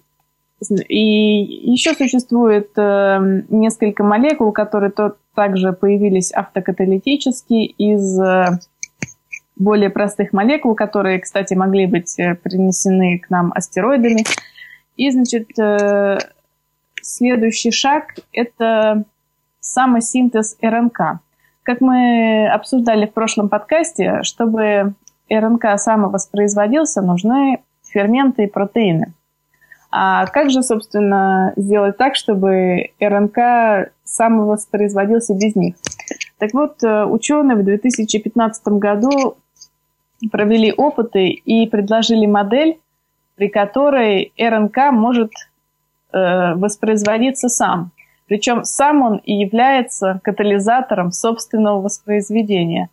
и еще существует э, несколько молекул, которые то, также появились автокаталитически из э, более простых молекул, которые, кстати, могли быть принесены к нам астероидами. И, значит, э, следующий шаг – это самосинтез РНК. Как мы обсуждали в прошлом подкасте, чтобы РНК самовоспроизводился, нужны ферменты и протеины. А как же, собственно, сделать так, чтобы РНК самовоспроизводился без них? Так вот, ученые в две тысячи пятнадцатом году провели опыты и предложили модель, при которой РНК может э, воспроизводиться сам. Причем сам он и является катализатором собственного воспроизведения.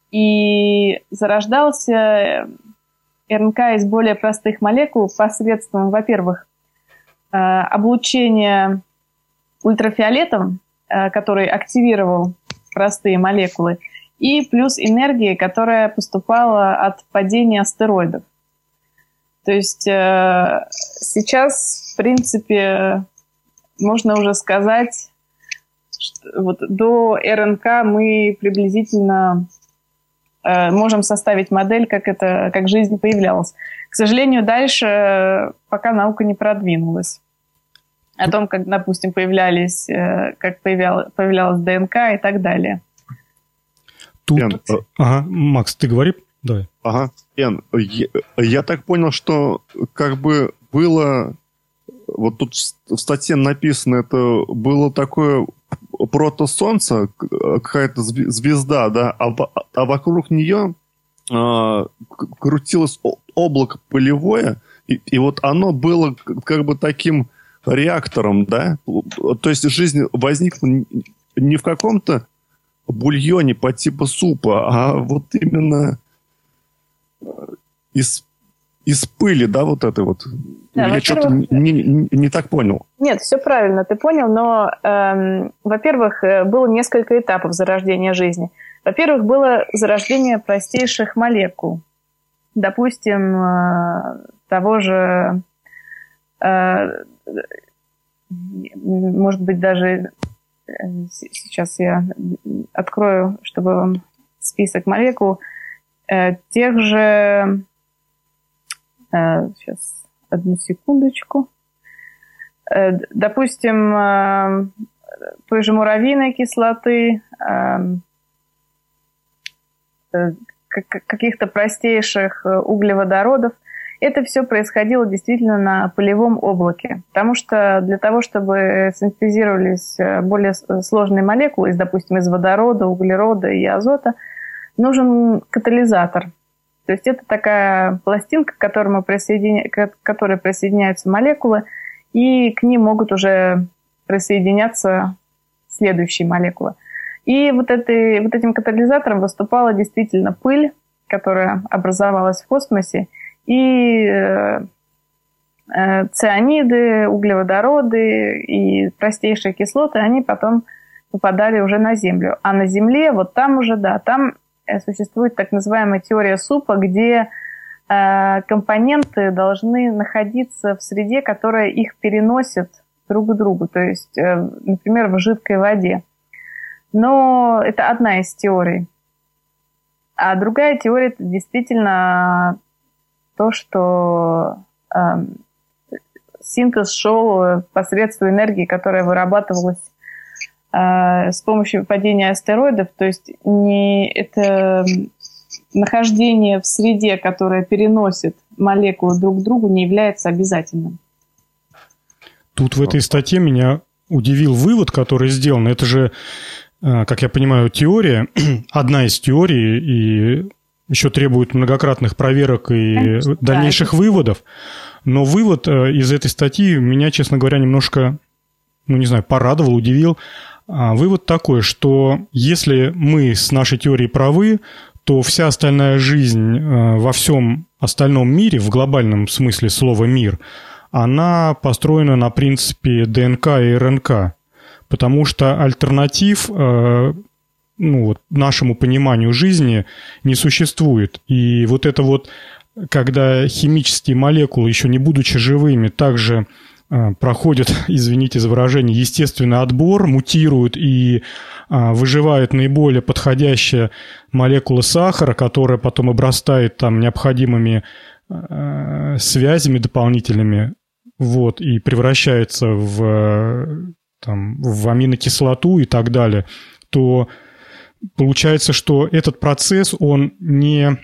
И зарождался РНК из более простых молекул посредством, во-первых, э, облучения ультрафиолетом, э, который активировал простые молекулы, и плюс энергии, которая поступала от падения астероидов. То есть э, сейчас, в принципе, можно уже сказать, что вот до РНК мы приблизительно э, можем составить модель, как, это, как жизнь появлялась. К сожалению, дальше пока наука не продвинулась. О том, как, допустим, появлялись, э, как появлял, появлялась ДНК и так далее. Тут... Эн, ага, Макс, ты говори. Давай. Ага, Эн, я, я так понял, что как бы было... Вот тут в статье написано, это было такое протосолнце, какая-то звезда, да, а, а вокруг нее а, крутилось облако пылевое, и, и вот оно было как бы таким реактором, да? То есть жизнь возникла не в каком-то бульоне по типу супа, а вот именно из, из пыли, да, вот это вот. Да, я что-то не, не, не так понял. Нет, все правильно, ты понял, но, эм, во-первых, было несколько этапов зарождения жизни. Во-первых, было зарождение простейших молекул. допустим, того же, может быть, даже сейчас я открою, чтобы вам список молекул, тех же, сейчас, одну секундочку, допустим, той же муравьиной кислоты, каких-то простейших углеводородов. Это все происходило действительно на пылевом облаке, потому что для того, чтобы синтезировались более сложные молекулы, из, допустим, из водорода, углерода и азота, нужен катализатор. То есть это такая пластинка, к которой, присоединя... к которой присоединяются молекулы, и к ним могут уже присоединяться следующие молекулы. И вот, этой, вот этим катализатором выступала действительно пыль, которая образовалась в космосе, и э, э, цианиды, углеводороды и простейшие кислоты, они потом попадали уже на Землю. А на Земле, вот там уже, да, там существует так называемая теория супа, где э, компоненты должны находиться в среде, которая их переносит друг к другу, то есть, э, например, в жидкой воде. Но это одна из теорий. А другая теория – это действительно то, что э, синтез шел посредством энергии, которая вырабатывалась э, с помощью падения астероидов. То есть не это нахождение в среде, которая переносит молекулы друг к другу, не является обязательным. Тут в этой статье меня удивил вывод, который сделан. Это же, как я понимаю, теория, одна из теорий, и еще требует многократных проверок и Конечно, дальнейших да, выводов. Но вывод из этой статьи меня, честно говоря, немножко, ну не знаю, порадовал, удивил. Вывод такой, что если мы с нашей теорией правы, то вся остальная жизнь во всем остальном мире, в глобальном смысле слова «мир», она построена на принципе ДНК и РНК. Потому что альтернатив э, ну, вот, нашему пониманию жизни не существует. И вот это вот, когда химические молекулы, еще не будучи живыми, также э, проходят, извините за выражение, естественный отбор, мутируют и э, выживает наиболее подходящая молекула сахара, которая потом обрастает там необходимыми э, связями дополнительными, вот, и превращается в... Там, в аминокислоту и так далее, то получается, что этот процесс, он не,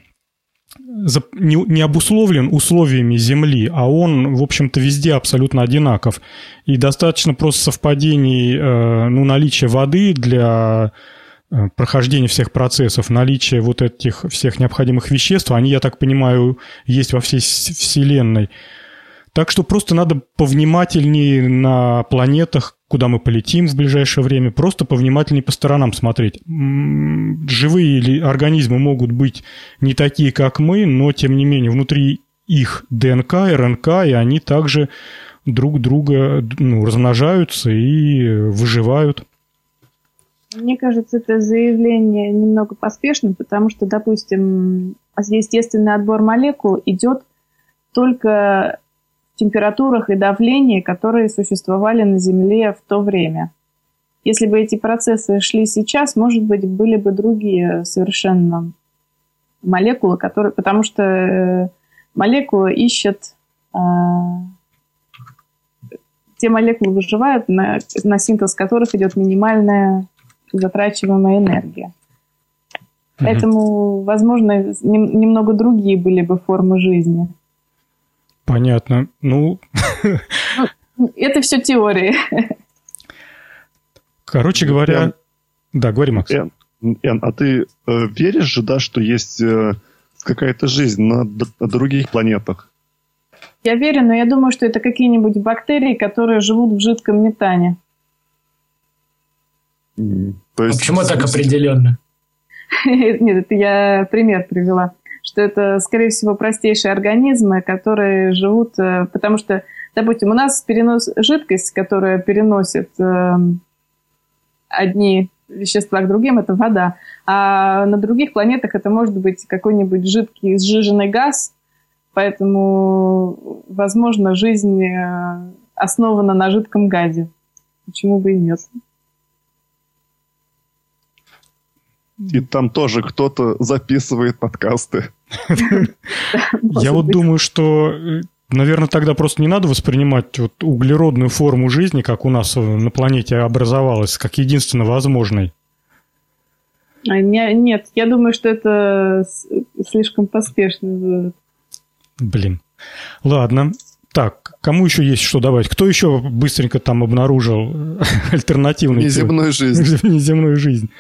не, не обусловлен условиями Земли, а он, в общем-то, везде абсолютно одинаков. И достаточно просто совпадений, ну, наличия воды для прохождения всех процессов, наличия вот этих всех необходимых веществ, они, я так понимаю, есть во всей Вселенной. Так что просто надо повнимательнее на планетах, куда мы полетим в ближайшее время, просто повнимательнее по сторонам смотреть. Живые организмы могут быть не такие, как мы, но, тем не менее, внутри их ДНК, РНК, и они также друг друга, ну, размножаются и выживают. Мне кажется, это заявление немного поспешным, потому что, допустим, естественный отбор молекул идет только в температурах и давлении, которые существовали на Земле в то время. Если бы эти процессы шли сейчас, может быть, были бы другие совершенно молекулы, которые, потому что молекулы ищут, э, те молекулы выживают, на, на синтез которых идет минимальная затрачиваемая энергия. Mm-hmm. Поэтому, возможно, нем, немного другие были бы формы жизни. Понятно. Ну... Это все теории. Короче говоря... Ян, да, говори, Макс. Ян, Ян, а ты э, веришь же, да, что есть э, какая-то жизнь на, на других планетах? Я верю, но я думаю, что это какие-нибудь бактерии, которые живут в жидком метане. Mm, то есть, а почему так определенно? Нет, это я пример привела. Что это, скорее всего, простейшие организмы, которые живут... Потому что, допустим, у нас перенос, жидкость, которая переносит э, одни вещества к другим, это вода. А на других планетах это может быть какой-нибудь жидкий сжиженный газ, поэтому, возможно, жизнь основана на жидком газе. Почему бы и нет? И там тоже кто-то записывает подкасты. Я вот думаю, что, наверное, тогда просто не надо воспринимать вот углеродную форму жизни, как у нас на планете образовалась, как единственно возможной. Нет, я думаю, что это слишком поспешно. Блин. Ладно. Так, кому еще есть что добавить? Кто еще быстренько там обнаружил альтернативную неземную жизнь? Неземную жизнь.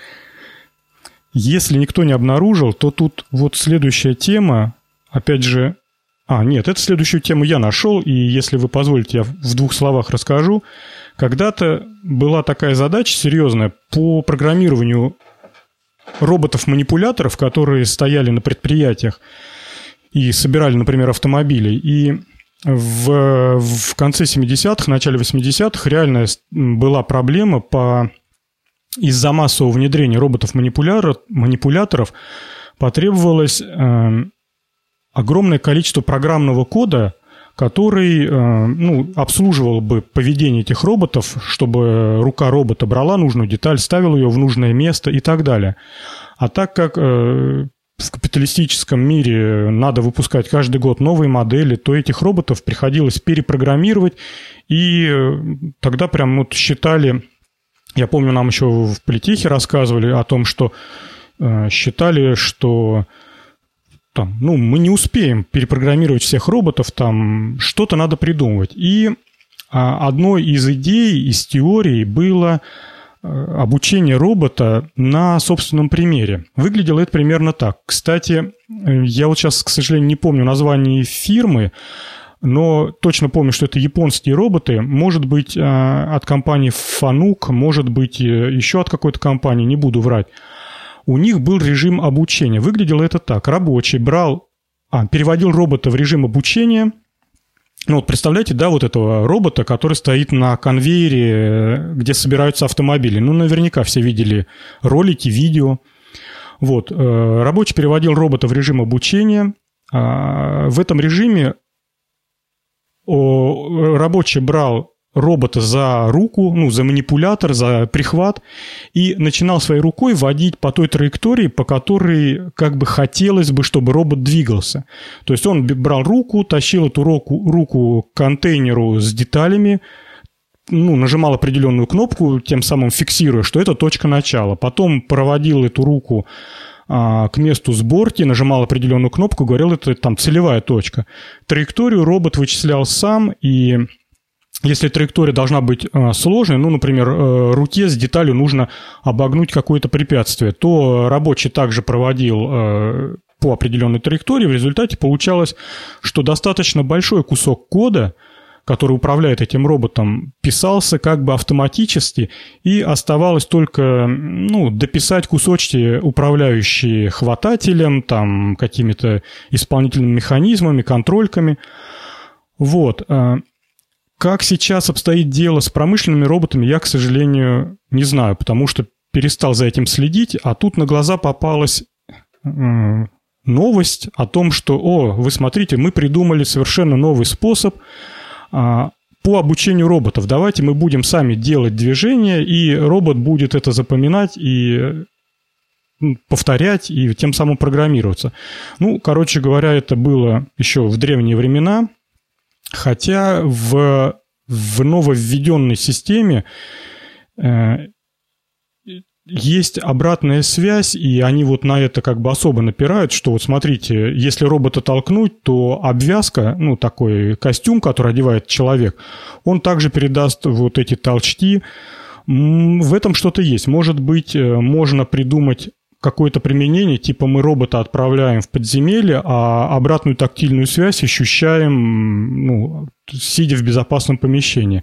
Если никто не обнаружил, то тут вот следующая тема, опять же... А, нет, эту следующую тему я нашел, и если вы позволите, я в двух словах расскажу. Когда-то была такая задача серьезная по программированию роботов-манипуляторов, которые стояли на предприятиях и собирали, например, автомобили. И в, в конце семидесятых, начале восьмидесятых реально была проблема по... Из-за массового внедрения роботов-манипуляторов потребовалось э, огромное количество программного кода, который э, ну, обслуживал бы поведение этих роботов, чтобы рука робота брала нужную деталь, ставила ее в нужное место и так далее. А так как э, в капиталистическом мире надо выпускать каждый год новые модели, то этих роботов приходилось перепрограммировать, и э, тогда прям вот считали... Я помню, нам еще в политехе рассказывали о том, что э, считали, что там, ну, мы не успеем перепрограммировать всех роботов, там что-то надо придумывать. И э, одной из идей, из теорий было э, обучение робота на собственном примере. Выглядело это примерно так. Кстати, э, я вот сейчас, к сожалению, не помню название фирмы, но точно помню, что это японские роботы, может быть, от компании Fanuc, может быть, еще от какой-то компании, не буду врать. У них был режим обучения. Выглядело это так. Рабочий брал, а, переводил робота в режим обучения. Ну, вот представляете, да, вот этого робота, который стоит на конвейере, где собираются автомобили. Ну, наверняка все видели ролики, видео. Вот. Рабочий переводил робота в режим обучения. В этом режиме рабочий брал робота за руку, ну, за манипулятор, за прихват, и начинал своей рукой водить по той траектории, по которой как бы хотелось бы, чтобы робот двигался. То есть он брал руку, тащил эту руку, руку к контейнеру с деталями, ну, нажимал определенную кнопку, тем самым фиксируя, что это точка начала. Потом проводил эту руку к месту сборки, нажимал определенную кнопку, говорил, это там целевая точка. Траекторию робот вычислял сам, и если траектория должна быть сложной, ну, например, руке с деталью нужно обогнуть какое-то препятствие, то рабочий также проводил по определенной траектории. В результате получалось, что достаточно большой кусок кода, который управляет этим роботом, писался как бы автоматически, и оставалось только, ну, дописать кусочки, управляющие хватателем, там, какими-то исполнительными механизмами, контрольками. Вот. Как сейчас обстоит дело с промышленными роботами, я, к сожалению, не знаю, потому что перестал за этим следить, а тут на глаза попалась новость о том, что, о, вы смотрите, мы придумали совершенно новый способ по обучению роботов. Давайте мы будем сами делать движения, и робот будет это запоминать и повторять, и тем самым программироваться. Ну, короче говоря, это было еще в древние времена, хотя в, в нововведенной системе э, есть обратная связь, и они вот на это как бы особо напирают, что вот смотрите, если робота толкнуть, то обвязка, ну, такой костюм, который одевает человек, он также передаст вот эти толчки. В этом что-то есть. Может быть, можно придумать какое-то применение, типа мы робота отправляем в подземелье, а обратную тактильную связь ощущаем, ну, сидя в безопасном помещении.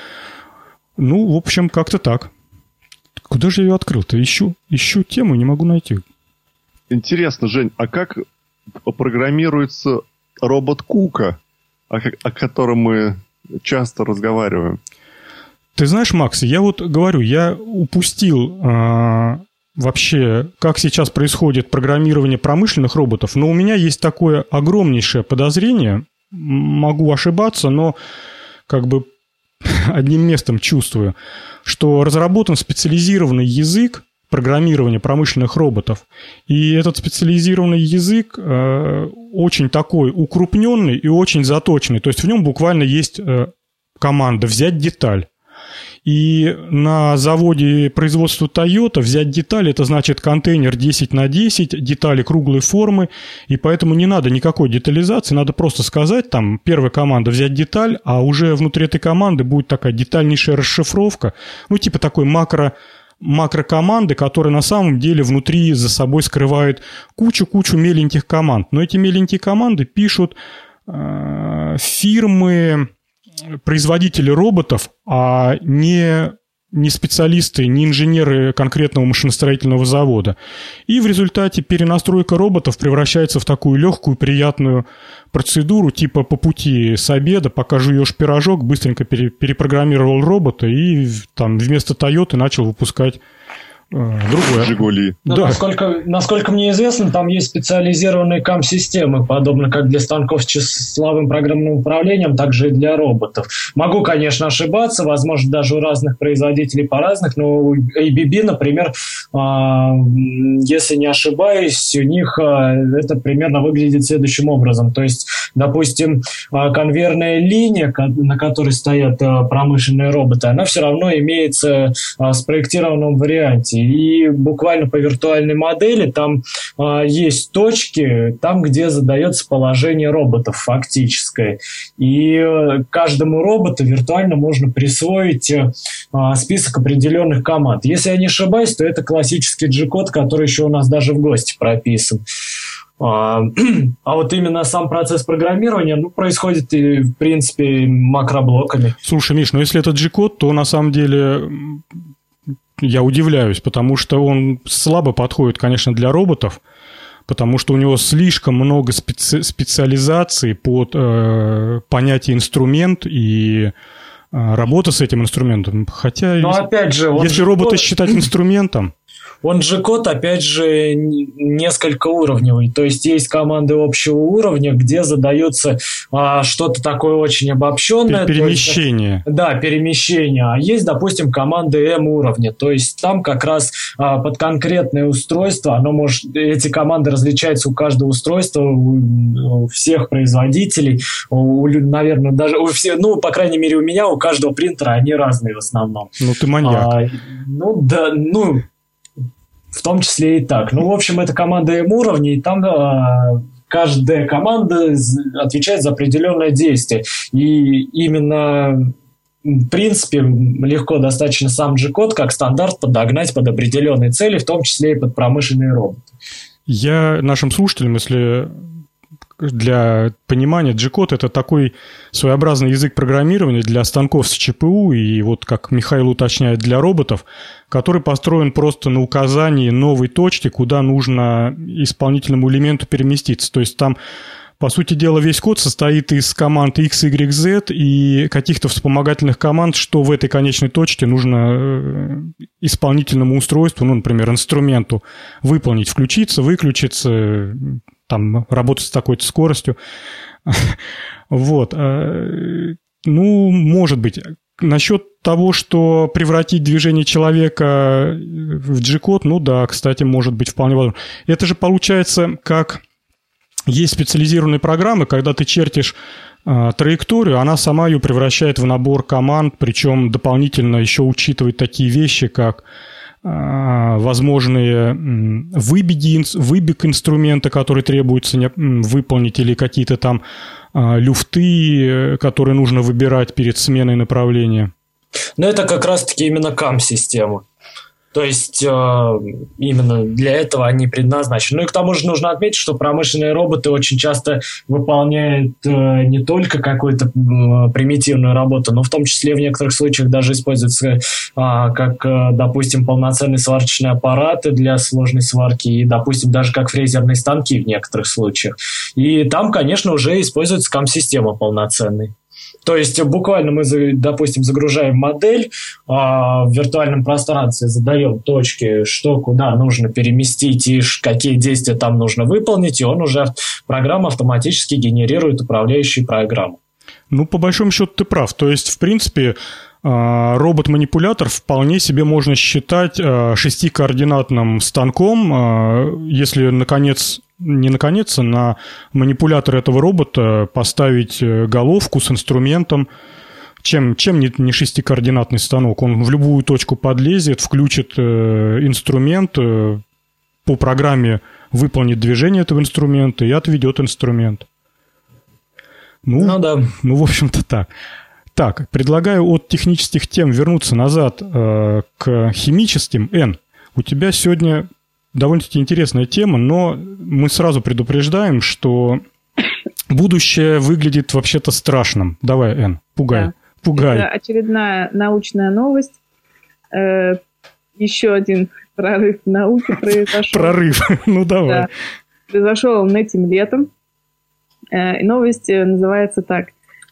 Ну, в общем, как-то так. Куда же я ее открыл-то? Ищу, ищу тему, не могу найти. Интересно, Жень, а как программируется робот Кука, о, о котором мы часто разговариваем? Ты знаешь, Макс, я вот говорю, я упустил э, вообще, как сейчас происходит программирование промышленных роботов, но у меня есть такое огромнейшее подозрение, могу ошибаться, но как бы одним местом чувствую, что разработан специализированный язык программирования промышленных роботов, и этот специализированный язык э, очень такой укрупненный и очень заточенный, то есть в нем буквально есть э, команда «взять деталь». И на заводе производства Toyota взять детали, это значит контейнер десять на десять, детали круглой формы, и поэтому не надо никакой детализации, надо просто сказать, там, первая команда взять деталь, а уже внутри этой команды будет такая детальнейшая расшифровка, ну, типа такой макро, макрокоманды, которая на самом деле внутри за собой скрывает кучу-кучу меленьких команд. Но эти меленькие команды пишут э, фирмы, производители роботов, а не, не специалисты, не инженеры конкретного машиностроительного завода. И в результате перенастройка роботов превращается в такую легкую, приятную процедуру, типа по пути с обеда, пока жуешь пирожок, быстренько пере, перепрограммировал робота и там вместо Toyota начал выпускать другое. Жигули. Да. Насколько, насколько мне известно, там есть специализированные кам-системы, подобно как для станков с числовым программным управлением, так же и для роботов. Могу, конечно, ошибаться, возможно, даже у разных производителей по-разному, но у эй би би, например, если не ошибаюсь, у них это примерно выглядит следующим образом. То есть, допустим, конвейерная линия, на которой стоят промышленные роботы, она все равно имеется в спроектированном варианте. И буквально по виртуальной модели там а, есть точки, там, где задается положение роботов фактическое. И а, каждому роботу виртуально можно присвоить а, список определенных команд. Если я не ошибаюсь, то это классический G-код, который еще у нас даже в гости прописан. А, а вот именно сам процесс программирования, ну, происходит, и, в принципе, макроблоками. Слушай, Миш, ну если это G-код, то на самом деле... Я удивляюсь, потому что он слабо подходит, конечно, для роботов, потому что у него слишком много специ- специализации под э, понятие инструмент и э, работа с этим инструментом. Хотя, Но если, опять же, если робота считать инструментом... Он G-код, опять же, несколько уровневый. То есть есть команды общего уровня, где задается а, что-то такое очень обобщенное. Перемещение. Есть, да, перемещение. А есть, допустим, команды M-уровня. То есть там как раз а, под конкретное устройство, оно может, эти команды различаются у каждого устройства, у, у всех производителей, у, наверное, даже у всех, ну, по крайней мере, у меня, у каждого принтера они разные в основном. Ну, ты маньяк. А, ну, да, ну... В том числе и так. Ну, в общем, это команда M-уровня, и там э, каждая команда отвечает за определенное действие. И именно, в принципе, легко достаточно сам G-код как стандарт подогнать под определенные цели, в том числе и под промышленные роботы. Я нашим слушателям, если... Для понимания, G-код – это такой своеобразный язык программирования для станков с ЧПУ и, вот как Михаил уточняет, для роботов, который построен просто на указании новой точки, куда нужно исполнительному элементу переместиться. То есть там, по сути дела, весь код состоит из команд X, Y, Z и каких-то вспомогательных команд, что в этой конечной точке нужно исполнительному устройству, ну, например, инструменту, выполнить, включиться, выключиться, там, работать с такой-то скоростью. Вот. Ну, может быть. Насчет того, что превратить движение человека в G-код, ну да, кстати, может быть вполне возможно. Это же получается, как есть специализированные программы, когда ты чертишь а, траекторию, она сама ее превращает в набор команд, причем дополнительно еще учитывает такие вещи, как возможные выбеги, выбег инструмента, который требуется выполнить, или какие-то там люфты, которые нужно выбирать перед сменой направления. Но это как раз-таки именно кам-система. То есть э, именно для этого они предназначены. Ну и к тому же нужно отметить, что промышленные роботы очень часто выполняют э, не только какую-то э, примитивную работу, но в том числе в некоторых случаях даже используются э, как, э, допустим, полноценные сварочные аппараты для сложной сварки и, допустим, даже как фрезерные станки в некоторых случаях. И там, конечно, уже используется кам-система полноценной. То есть буквально мы, допустим, загружаем модель а, в виртуальном пространстве, задаем точки, что куда нужно переместить и какие действия там нужно выполнить, и он уже, программа автоматически генерирует управляющие программы. Ну, по большому счету ты прав. То есть, в принципе, робот-манипулятор вполне себе можно считать шестикоординатным станком, если, наконец, не наконец, а на манипулятор этого робота поставить головку с инструментом. Чем, чем не, не шестикоординатный станок? Он в любую точку подлезет, включит инструмент, по программе выполнит движение этого инструмента и отведет инструмент. Ну, ну да. Ну, в общем-то, так. Так, предлагаю от технических тем вернуться назад э, к химическим. Эн, у тебя сегодня довольно-таки интересная тема, но мы сразу предупреждаем, что будущее выглядит вообще-то страшным. Давай, Эн, пугай, да. пугай. Это очередная научная новость. Э, еще один прорыв в науке произошел. Прорыв, ну давай. Произошел он этим летом. Э, новость называется так.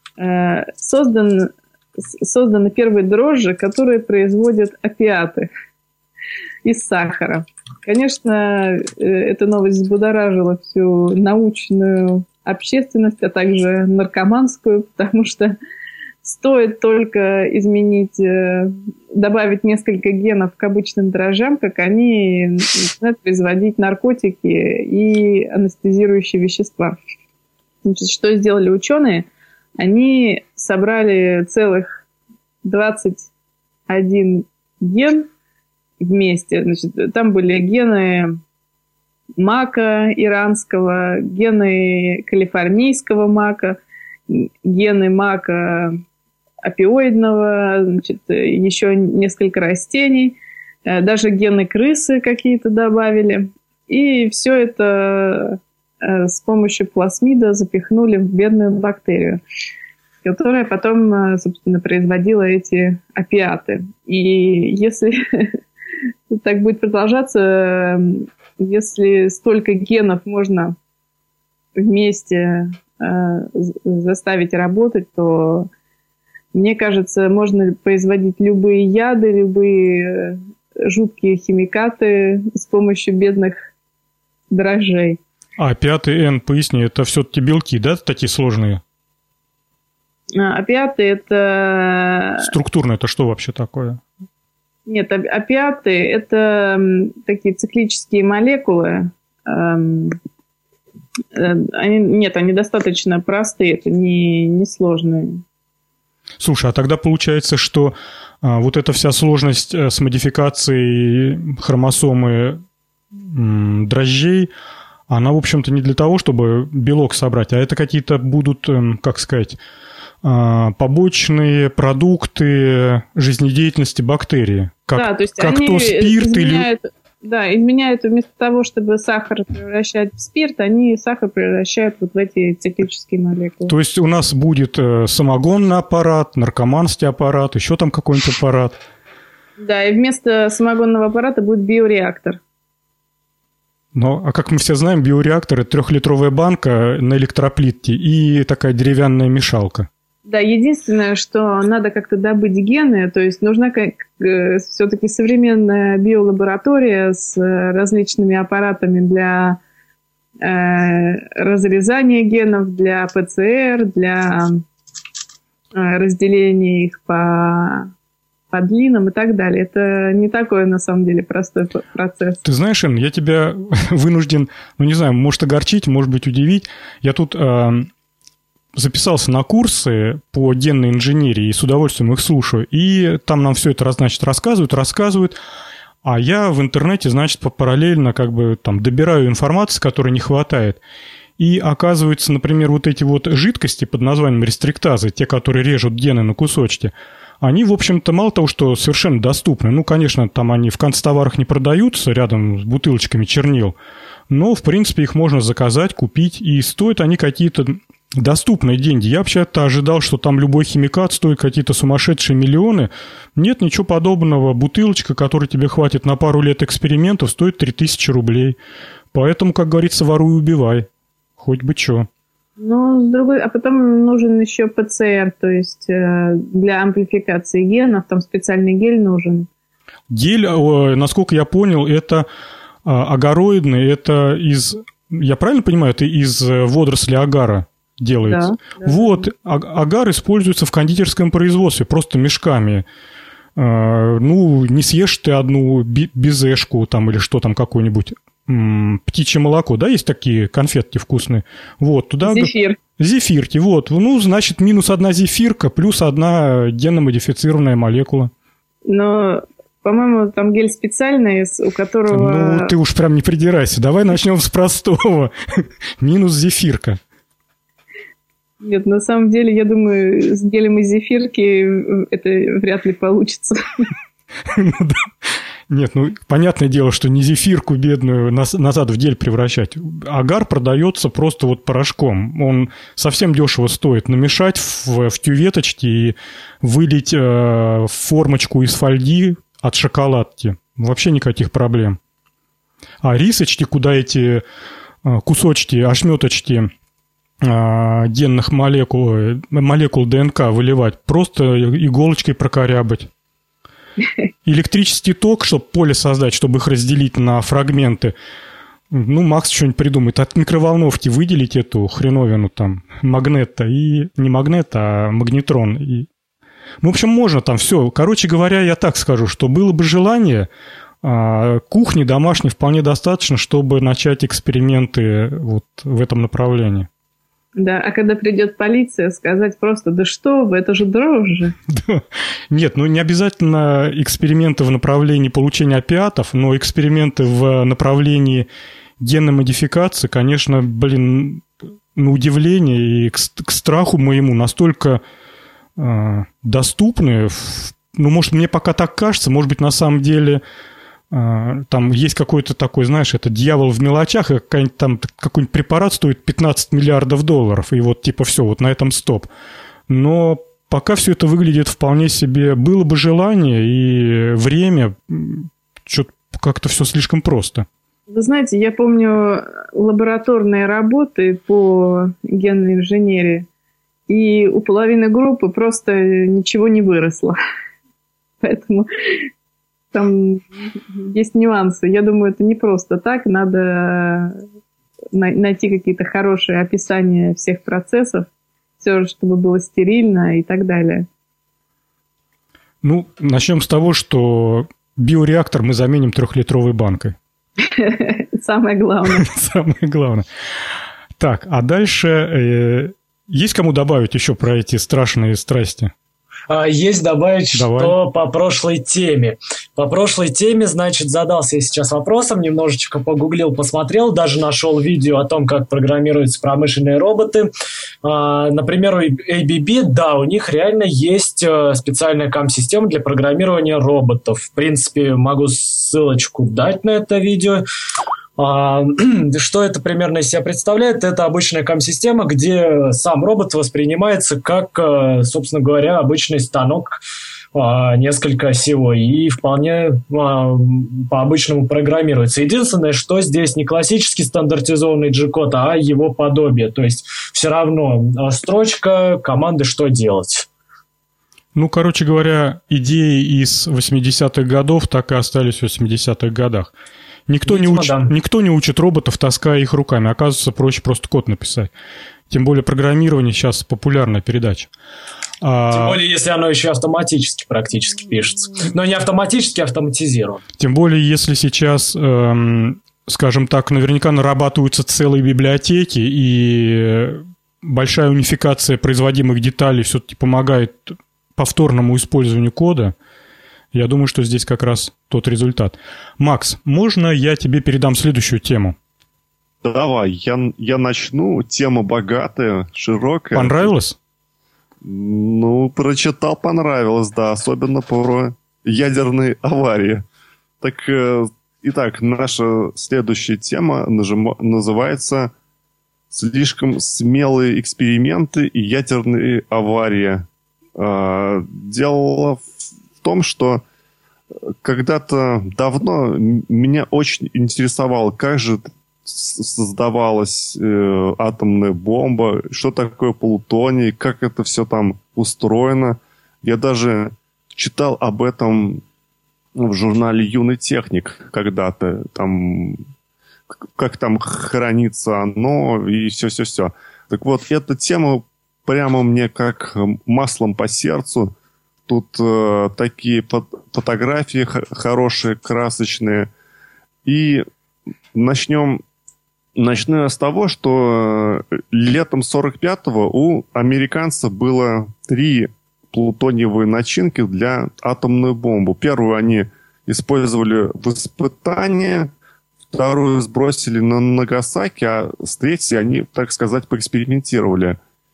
Создан, созданы первые дрожжи, которые производят опиаты из сахара. Конечно, эта новость взбудоражила всю научную общественность, а также наркоманскую, потому что стоит только изменить, добавить несколько генов к обычным дрожжам, как они начинают производить наркотики и анестезирующие вещества. Значит, что сделали ученые? Они собрали целых двадцать один ген вместе. Значит, там были гены мака иранского, гены калифорнийского мака, гены мака опиоидного, значит, еще несколько растений, даже гены крысы какие-то добавили. И все это с помощью плазмида запихнули в бедную бактерию, которая потом, собственно, производила эти опиаты. И если так будет продолжаться, если столько генов можно вместе заставить работать, то, мне кажется, можно производить любые яды, любые жуткие химикаты с помощью бедных дрожжей. А опиаты, Н, поясни, это все-таки белки, да, такие сложные? Опиаты – это… Структурно это что вообще такое? Нет, опиаты – это такие циклические молекулы. Они, нет, они достаточно простые, это не, не сложные. Слушай, а тогда получается, что а, вот эта вся сложность с модификацией хромосомы м, дрожжей, она, в общем-то, не для того, чтобы белок собрать, а это какие-то будут, как сказать, побочные продукты жизнедеятельности бактерии. Как, да, то есть как они то спирт изменяют, или... Да, изменяют вместо того, чтобы сахар превращать в спирт, они сахар превращают вот в эти циклические молекулы. То есть у нас будет самогонный аппарат, наркоманский аппарат, еще там какой-нибудь аппарат. Да, и вместо самогонного аппарата будет биореактор. Ну, а как мы все знаем, биореактор – это трехлитровая банка на электроплитке и такая деревянная мешалка. Да, единственное, что надо как-то добыть гены, то есть нужна как, э, все-таки современная биолаборатория с различными аппаратами для э, разрезания генов, для ПЦР, для э, разделения их по... по длинам и так далее. Это не такой, на самом деле, простой процесс. Ты знаешь, Ин, я тебя вынужден, ну, не знаю, может огорчить, может быть, удивить. Я тут э, записался на курсы по генной инженерии и с удовольствием их слушаю. И там нам все это, значит, рассказывают, рассказывают. А я в интернете, значит, параллельно как бы там добираю информацию, которой не хватает. И оказывается, например, вот эти вот жидкости под названием рестриктазы, те, которые режут гены на кусочки, они, в общем-то, мало того, что совершенно доступны. Ну, конечно, там они в канцтоварах не продаются рядом с бутылочками чернил, но, в принципе, их можно заказать, купить, и стоят они какие-то доступные деньги. Я вообще-то ожидал, что там любой химикат стоит какие-то сумасшедшие миллионы. Нет, ничего подобного. Бутылочка, которой тебе хватит на пару лет экспериментов, стоит три тысячи рублей. Поэтому, как говорится, воруй и убивай. Хоть бы чё. Ну, с другой, а потом нужен еще ПЦР, то есть э, для амплификации генов, там специальный гель нужен. Гель, насколько я понял, это агороидный, это из, я правильно понимаю, это из водорослей агара делается? Да, да. Вот, агар используется в кондитерском производстве, просто мешками. Ну, не съешь ты одну безешку там или что там, какое-нибудь птичье молоко, да, есть такие конфетки вкусные. Вот, туда... Зефир. Зефирки, вот. Ну, значит, минус одна зефирка, плюс одна генно-модифицированная молекула. Но, по-моему, там гель специальный, у которого... Ну, ты уж прям не придирайся. Давай начнем с простого. Минус зефирка. Нет, на самом деле, я думаю, с гелем из зефирки это вряд ли получится. Нет, ну, понятное дело, что не зефирку бедную назад в гель превращать. Агар продается просто вот порошком. Он совсем дешево стоит. Намешать в, в кюветочке и вылить э, в формочку из фольги от шоколадки. Вообще никаких проблем. А рисочки, куда эти э, кусочки, ошметочки э, генных молекул, молекул ДНК выливать, просто иголочкой прокорябать. Электрический ток, чтобы поле создать, чтобы их разделить на фрагменты. Ну, Макс что-нибудь придумает. От микроволновки выделить эту хреновину там, магнета, и не магнет, а магнетрон. И... Ну, в общем, можно там все. Короче говоря, я так скажу, что было бы желание, кухни домашней вполне достаточно, чтобы начать эксперименты вот в этом направлении. Да, а когда придет полиция, сказать просто, да что вы, это же дрожжи. Нет, ну не обязательно эксперименты в направлении получения опиатов, но эксперименты в направлении генной модификации, конечно, блин, на удивление и к, к страху моему настолько э, доступны. Ну, может, мне пока так кажется, может быть, на самом деле... Там есть какой-то такой, знаешь, это дьявол в мелочах, и какой-нибудь там какой-нибудь препарат стоит пятнадцать миллиардов долларов, и вот типа все, вот на этом стоп. Но пока все это выглядит вполне себе, было бы желание и время, что-то как-то все слишком просто. Вы знаете, я помню лабораторные работы по генной инженерии, и у половины группы просто ничего не выросло. Поэтому... Там есть нюансы. Я думаю, это не просто так. Надо найти какие-то хорошие описания всех процессов, все, чтобы было стерильно и так далее. Ну, начнем с того, что биореактор мы заменим трехлитровой банкой. Самое главное. Самое главное. Так, а дальше есть кому добавить еще про эти страшные страсти? Есть добавить, Давай. Что по прошлой теме. По прошлой теме, значит, задался я сейчас вопросом, немножечко погуглил, посмотрел, даже нашел видео о том, как программируются промышленные роботы. Например, у эй би би, да, у них реально есть специальная кам-система для программирования роботов. В принципе, могу ссылочку дать на это видео. Что это примерно из себя представляет? Это обычная кам-система, где сам робот воспринимается как, собственно говоря, обычный станок, несколько осевой, и вполне по-обычному программируется. Единственное, что здесь не классический стандартизованный G-код, а его подобие. То есть все равно строчка, команды, что делать. Ну, короче говоря, идеи из восьмидесятых годов так и остались в восьмидесятых годах. Никто, Видимо, не учит, да. никто не учит роботов, таская их руками. Оказывается, проще просто код написать. Тем более программирование сейчас популярная передача. Тем а... более, если оно еще автоматически практически пишется. Но не автоматически, а автоматизировано. Тем более, если сейчас, эм, скажем так, наверняка нарабатываются целые библиотеки, и большая унификация производимых деталей все-таки помогает повторному использованию кода. Я думаю, что здесь как раз тот результат. Макс, можно я тебе передам следующую тему? Давай, я, я начну. Тема богатая, широкая. Понравилось? Ну, прочитал, понравилось, да. Особенно про ядерные аварии. Так, э, итак, наша следующая тема нажим, называется «Слишком смелые эксперименты и ядерные аварии». Э, дело в в том, что когда-то давно меня очень интересовало, как же создавалась э, атомная бомба, что такое плутоний, как это все там устроено. Я даже читал об этом в журнале «Юный техник» когда-то, там, как там хранится оно и все-все-все. Так вот, эта тема прямо мне как маслом по сердцу. Тут э, такие фотографии хорошие, красочные. И начнем, начну я с того, что летом сорок пятого у американцев было три плутониевые начинки для атомной бомбы. Первую они использовали в испытании, вторую сбросили на Нагасаки, а с третьей они, так сказать, поэкспериментировали.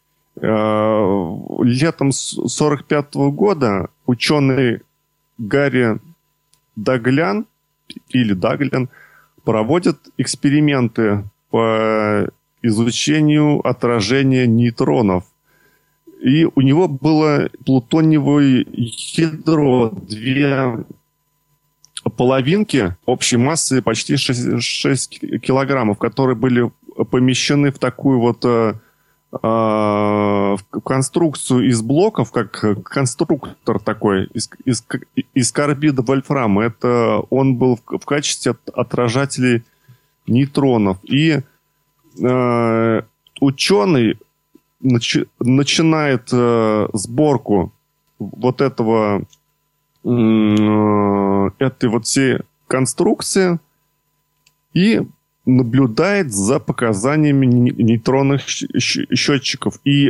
Летом сорок пятого года ученый Гарри Даглян или Даглян проводит эксперименты по изучению отражения нейтронов. И у него было плутониевое ядро, две половинки общей массы почти шесть килограммов, которые были помещены в такую вот в конструкцию из блоков, как конструктор такой, из, из, из карбида вольфрама. Это он был в, в качестве отражателей нейтронов. И э, ученый начи, начинает э, сборку вот этого э, этой вот всей конструкции и наблюдает за показаниями нейтронных счетчиков. И э,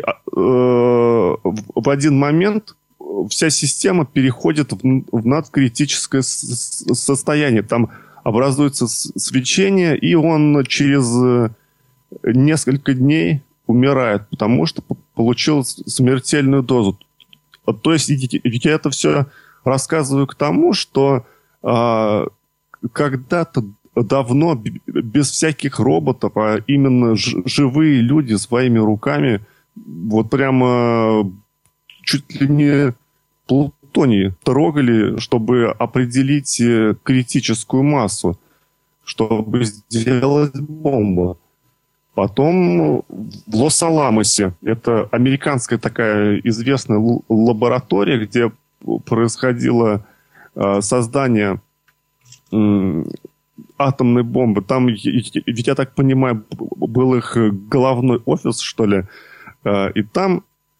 в один момент вся система переходит в, в надкритическое состояние. Там образуется свечение, и он через несколько дней умирает, потому что получил смертельную дозу. То есть я это все рассказываю к тому, что э, когда-то давно, без всяких роботов, а именно ж- живые люди своими руками, вот прямо чуть ли не плутоний трогали, чтобы определить критическую массу, чтобы сделать бомбу. Потом в Лос-Аламосе, это американская такая известная л- лаборатория, где происходило э, создание э, атомной бомбы. Там, ведь я так понимаю, был их головной офис, что ли. И там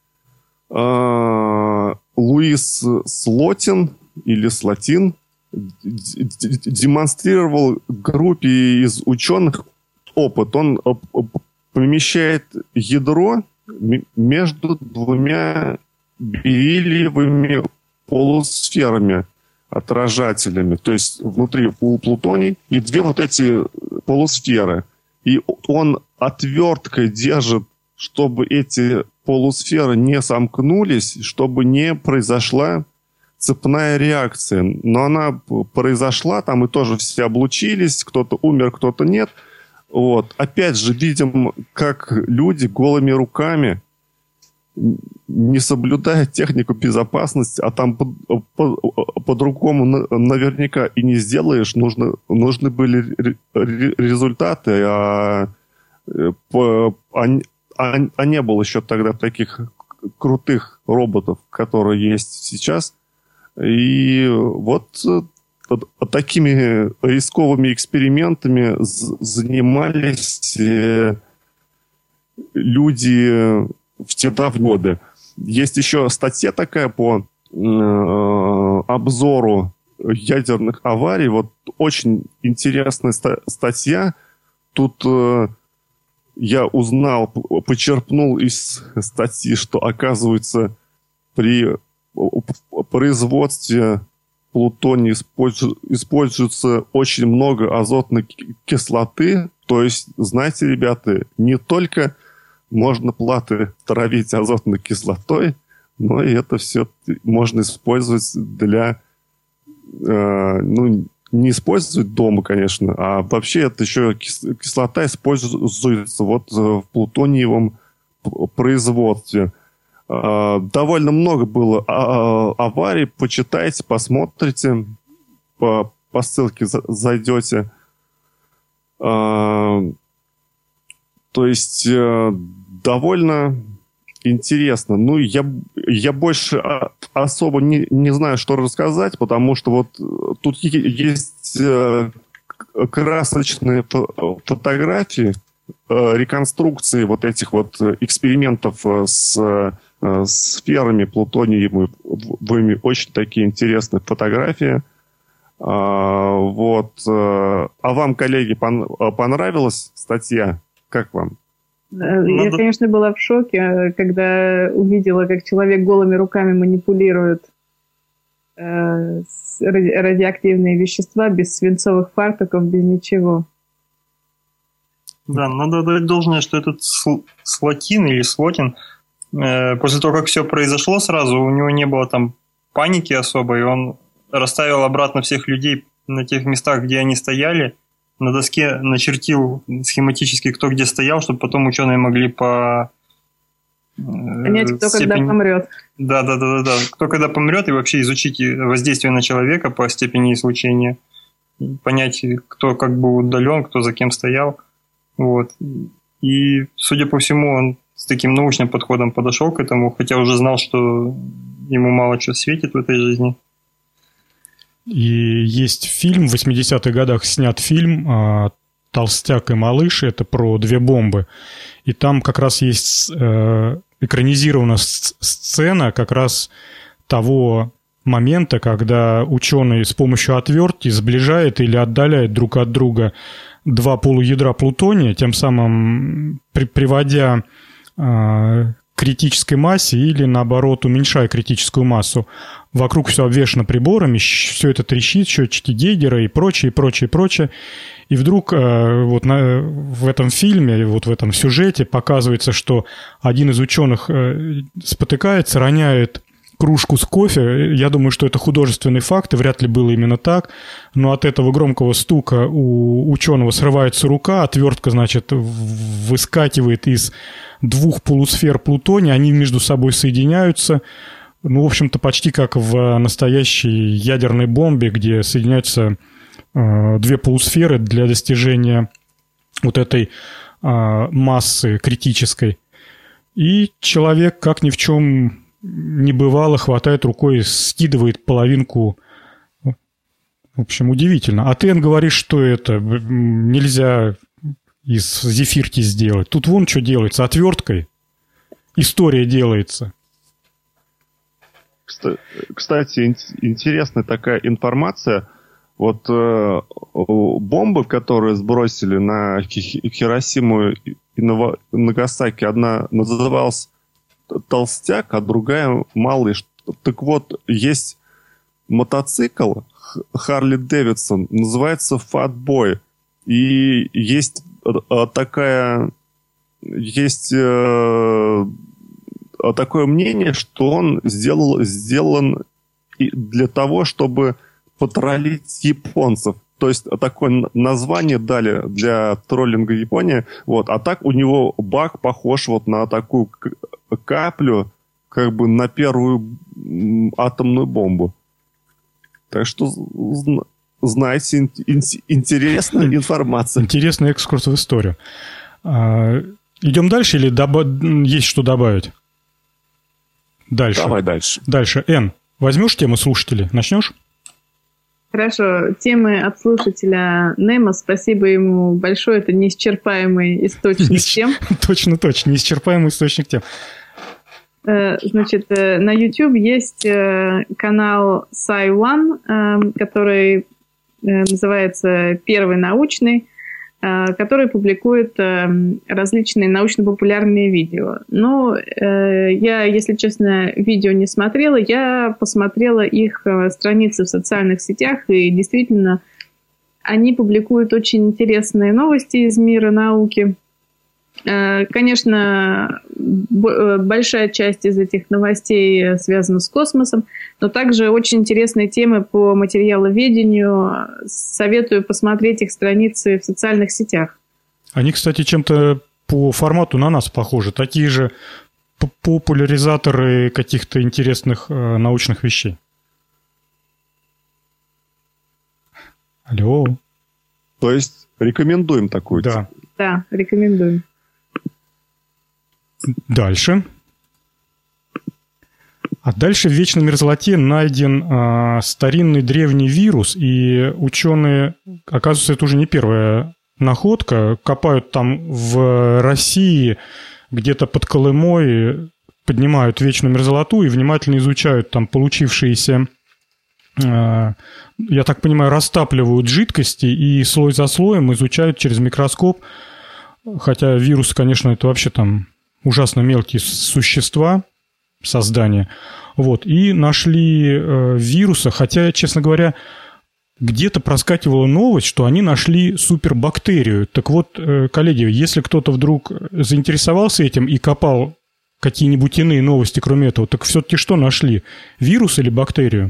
э, Луис Слотин или Слотин демонстрировал группе из ученых опыт. Он помещает ядро между двумя бериллиевыми полусферами, отражателями. То есть внутри плутоний и две вот эти полусферы. И он отверткой держит, чтобы эти полусферы не сомкнулись, чтобы не произошла цепная реакция. Но она произошла, там и тоже все облучились, кто-то умер, кто-то нет. Вот. Опять же, видим, как люди голыми руками, не соблюдая технику безопасности, а там по, по, по-другому наверняка и не сделаешь, нужно, нужны были результаты, а, по, а, а, а не было еще тогда таких крутых роботов, которые есть сейчас. И вот такими рисковыми экспериментами занимались люди в те годы. Есть еще статья такая по э, обзору ядерных аварий. Вот очень интересная ста- статья. Тут э, я узнал, почерпнул из статьи, что, оказывается, при производстве плутония используется очень много азотной кислоты. То есть, знаете, ребята, не только можно платы травить азотной кислотой, но и это все можно использовать для... Э, ну, не использовать дома, конечно, а вообще это еще кислота используется вот в плутониевом производстве. Э, довольно много было аварий. Почитайте, посмотрите, по, по ссылке зайдете. То есть довольно интересно. Ну, я, я больше особо не, не знаю, что рассказать, потому что вот тут есть красочные фотографии, реконструкции вот этих вот экспериментов с сферами плутониевыми, очень такие интересные фотографии. Вот. А вам, коллеги, понравилась статья? Как вам? Я, конечно, была в шоке, когда увидела, как человек голыми руками манипулирует радиоактивные вещества без свинцовых фартуков, без ничего. Да, надо дать должное, что этот Слотин или Слотин, э, после того, как все произошло сразу, у него не было там паники особой, он расставил обратно всех людей на тех местах, где они стояли, на доске начертил схематически, кто где стоял, чтобы потом ученые могли по... Э, понять, кто степени... когда помрет. Да, да, да, да, да. Кто когда помрет, и вообще изучить воздействие на человека по степени излучения, понять, кто как бы удален, кто за кем стоял. Вот. И, судя по всему, он с таким научным подходом подошел к этому, хотя уже знал, что ему мало чего светит в этой жизни. И есть фильм, в восьмидесятых годах снят фильм «Толстяк и малыш», это про две бомбы. И там как раз есть экранизирована сцена как раз того момента, когда ученый с помощью отвертки сближает или отдаляет друг от друга два полуядра плутония, тем самым при, приводя э, к критической массе или, наоборот, уменьшая критическую массу. Вокруг все обвешано приборами, все это трещит, счетчики Гейгера и прочее, прочее, прочее. И вдруг э, вот на, в этом фильме, вот в этом сюжете показывается, что один из ученых э, спотыкается, роняет кружку с кофе. Я думаю, что это художественный факт, и вряд ли было именно так. Но от этого громкого стука у ученого срывается рука, отвертка, значит, выскакивает из двух полусфер плутония, они между собой соединяются. Ну, в общем-то, почти как в настоящей ядерной бомбе, где соединяются э, две полусферы для достижения вот этой э, массы критической. И человек, как ни в чем не бывало, хватает рукой, скидывает половинку. В общем, удивительно. А ты, Эн, говоришь, что это нельзя из зефирки сделать. Тут вон что делается. Отверткой история делается. Кстати, интересная такая информация. Вот э, бомбы, которые сбросили на Хиросиму и Нагасаки, одна называлась «Толстяк», а другая «Малыш». Так вот, есть мотоцикл Харли Дэвидсон, называется «Фатбой». И есть такая... Есть э, такое мнение, что он сделал, сделан для того, чтобы потроллить японцев. То есть такое название дали для троллинга Японии. Вот. А так у него бак похож вот на такую каплю, как бы на первую атомную бомбу. Так что знаете, интересная информация. Интересный экскурс в историю. Идем дальше или добав... есть что добавить? Дальше. Давай дальше. Дальше. Эн, возьмешь тему слушателей? Начнешь? Хорошо. Темы от слушателя Немо. Спасибо ему большое. Это неисчерпаемый источник тем. Точно, точно. Неисчерпаемый источник тем. Значит, на YouTube есть канал Sci One, который называется «Первый научный», который публикует различные научно-популярные видео. Но я, если честно, видео не смотрела, я посмотрела их страницы в социальных сетях, и действительно они публикуют очень интересные новости из мира науки. Конечно, большая часть из этих новостей связана с космосом, но также очень интересные темы по материаловедению. Советую посмотреть их страницы в социальных сетях. Они, кстати, чем-то по формату на нас похожи. Такие же популяризаторы каких-то интересных э, научных вещей. Алло. То есть рекомендуем такую? Да. Да, рекомендуем. Дальше. А дальше в вечной мерзлоте найден а, старинный древний вирус, и ученые, оказывается, это уже не первая находка, копают там в России, где-то под Колымой, поднимают вечную мерзлоту и внимательно изучают там получившиеся, а, я так понимаю, растапливают жидкости и слой за слоем изучают через микроскоп, хотя вирусы, конечно, это вообще там ужасно мелкие существа, создания. Вот. И нашли э, вируса, хотя, честно говоря, где-то проскакивала новость, что они нашли супербактерию. Так вот, э, коллеги, если кто-то вдруг заинтересовался этим и копал какие-нибудь иные новости, кроме этого, так все-таки что нашли? Вирус или бактерию?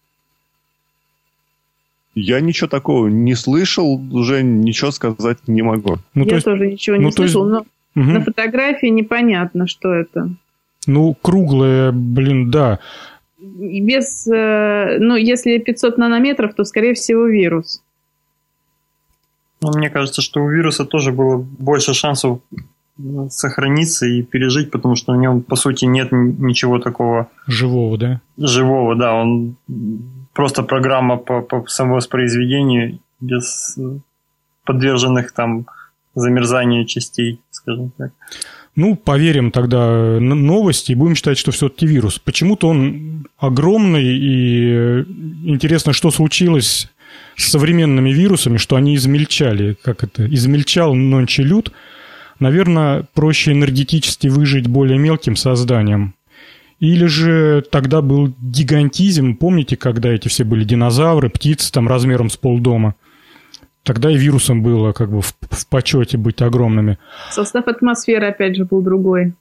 Я ничего такого не слышал, уже ничего сказать не могу. Ну, Я есть, тоже ничего не ну, слышал, есть... но угу. на фотографии непонятно, что это. Ну, круглые, блин, да. Без, ну, если пятьсот нанометров, то, скорее всего, вирус. Ну, мне кажется, что у вируса тоже было больше шансов сохраниться и пережить, потому что в нем, по сути, нет ничего такого... Живого, да? Живого, да. Он просто программа по, по самовоспроизведению без подверженных там замерзанию частей, скажем так. Ну, поверим тогда новости и будем считать, что все-таки вирус. Почему-то он огромный, и интересно, что случилось с современными вирусами, что они измельчали. Как это? Измельчал нончелют. Наверное, проще энергетически выжить более мелким созданием. Или же тогда был гигантизм. Помните, когда эти все были динозавры, птицы там размером с полдома? Тогда и вирусом было как бы в, в почете быть огромными. Состав атмосферы, опять же, был другой.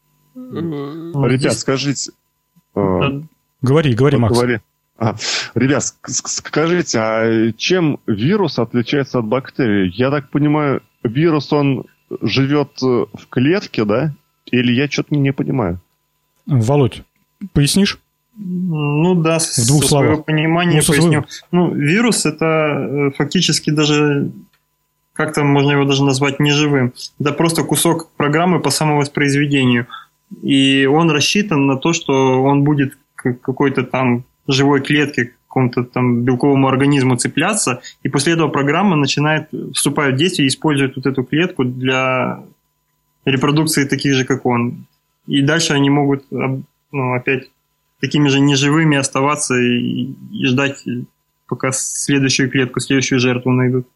Ребят, скажите... Э, говори, говори, Макс. Говори. А, ребят, скажите, а чем вирус отличается от бактерии? Я так понимаю, вирус, он живет в клетке, да? Или я что-то не понимаю? Володь, пояснишь? Ну да, с своего понимания ну, поясню. Ну, вирус это фактически даже, как-то можно его даже назвать неживым. Это просто кусок программы по самовоспроизведению. И он рассчитан на то, что он будет к какой-то там живой клетке, к какому-то там белковому организму цепляться, и после этого программа начинает, вступает в действие и использует вот эту клетку для репродукции таких же, как он. И дальше они могут, ну, опять такими же неживыми оставаться и, и ждать, пока следующую клетку, следующую жертву найдут.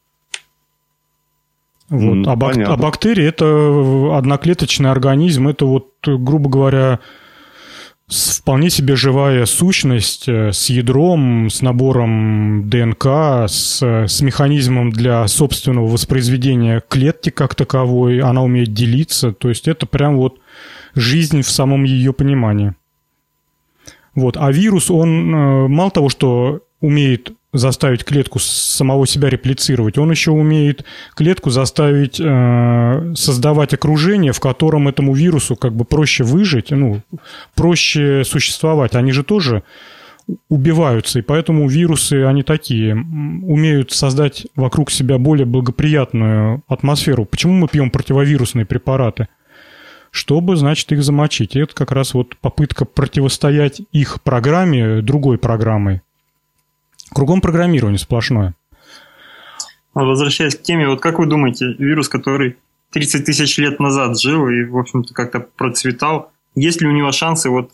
Вот. Mm, а, бак, а бактерии – это одноклеточный организм, это вот, грубо говоря, вполне себе живая сущность с ядром, с набором ДНК, с, с механизмом для собственного воспроизведения клетки как таковой, она умеет делиться, то есть это прям вот жизнь в самом ее понимании. Вот. А вирус, он мало того, что умеет заставить клетку самого себя реплицировать, он еще умеет клетку заставить э, создавать окружение, в котором этому вирусу как бы проще выжить, ну, проще существовать. Они же тоже убиваются, и поэтому вирусы, они такие, умеют создать вокруг себя более благоприятную атмосферу. Почему мы пьем противовирусные препараты? Чтобы, значит, их замочить. И это как раз вот попытка противостоять их программе другой программой. Кругом программирование сплошное. Возвращаясь к теме, вот как вы думаете, вирус, который тридцать тысяч лет назад жил и, в общем-то, как-то процветал, есть ли у него шансы вот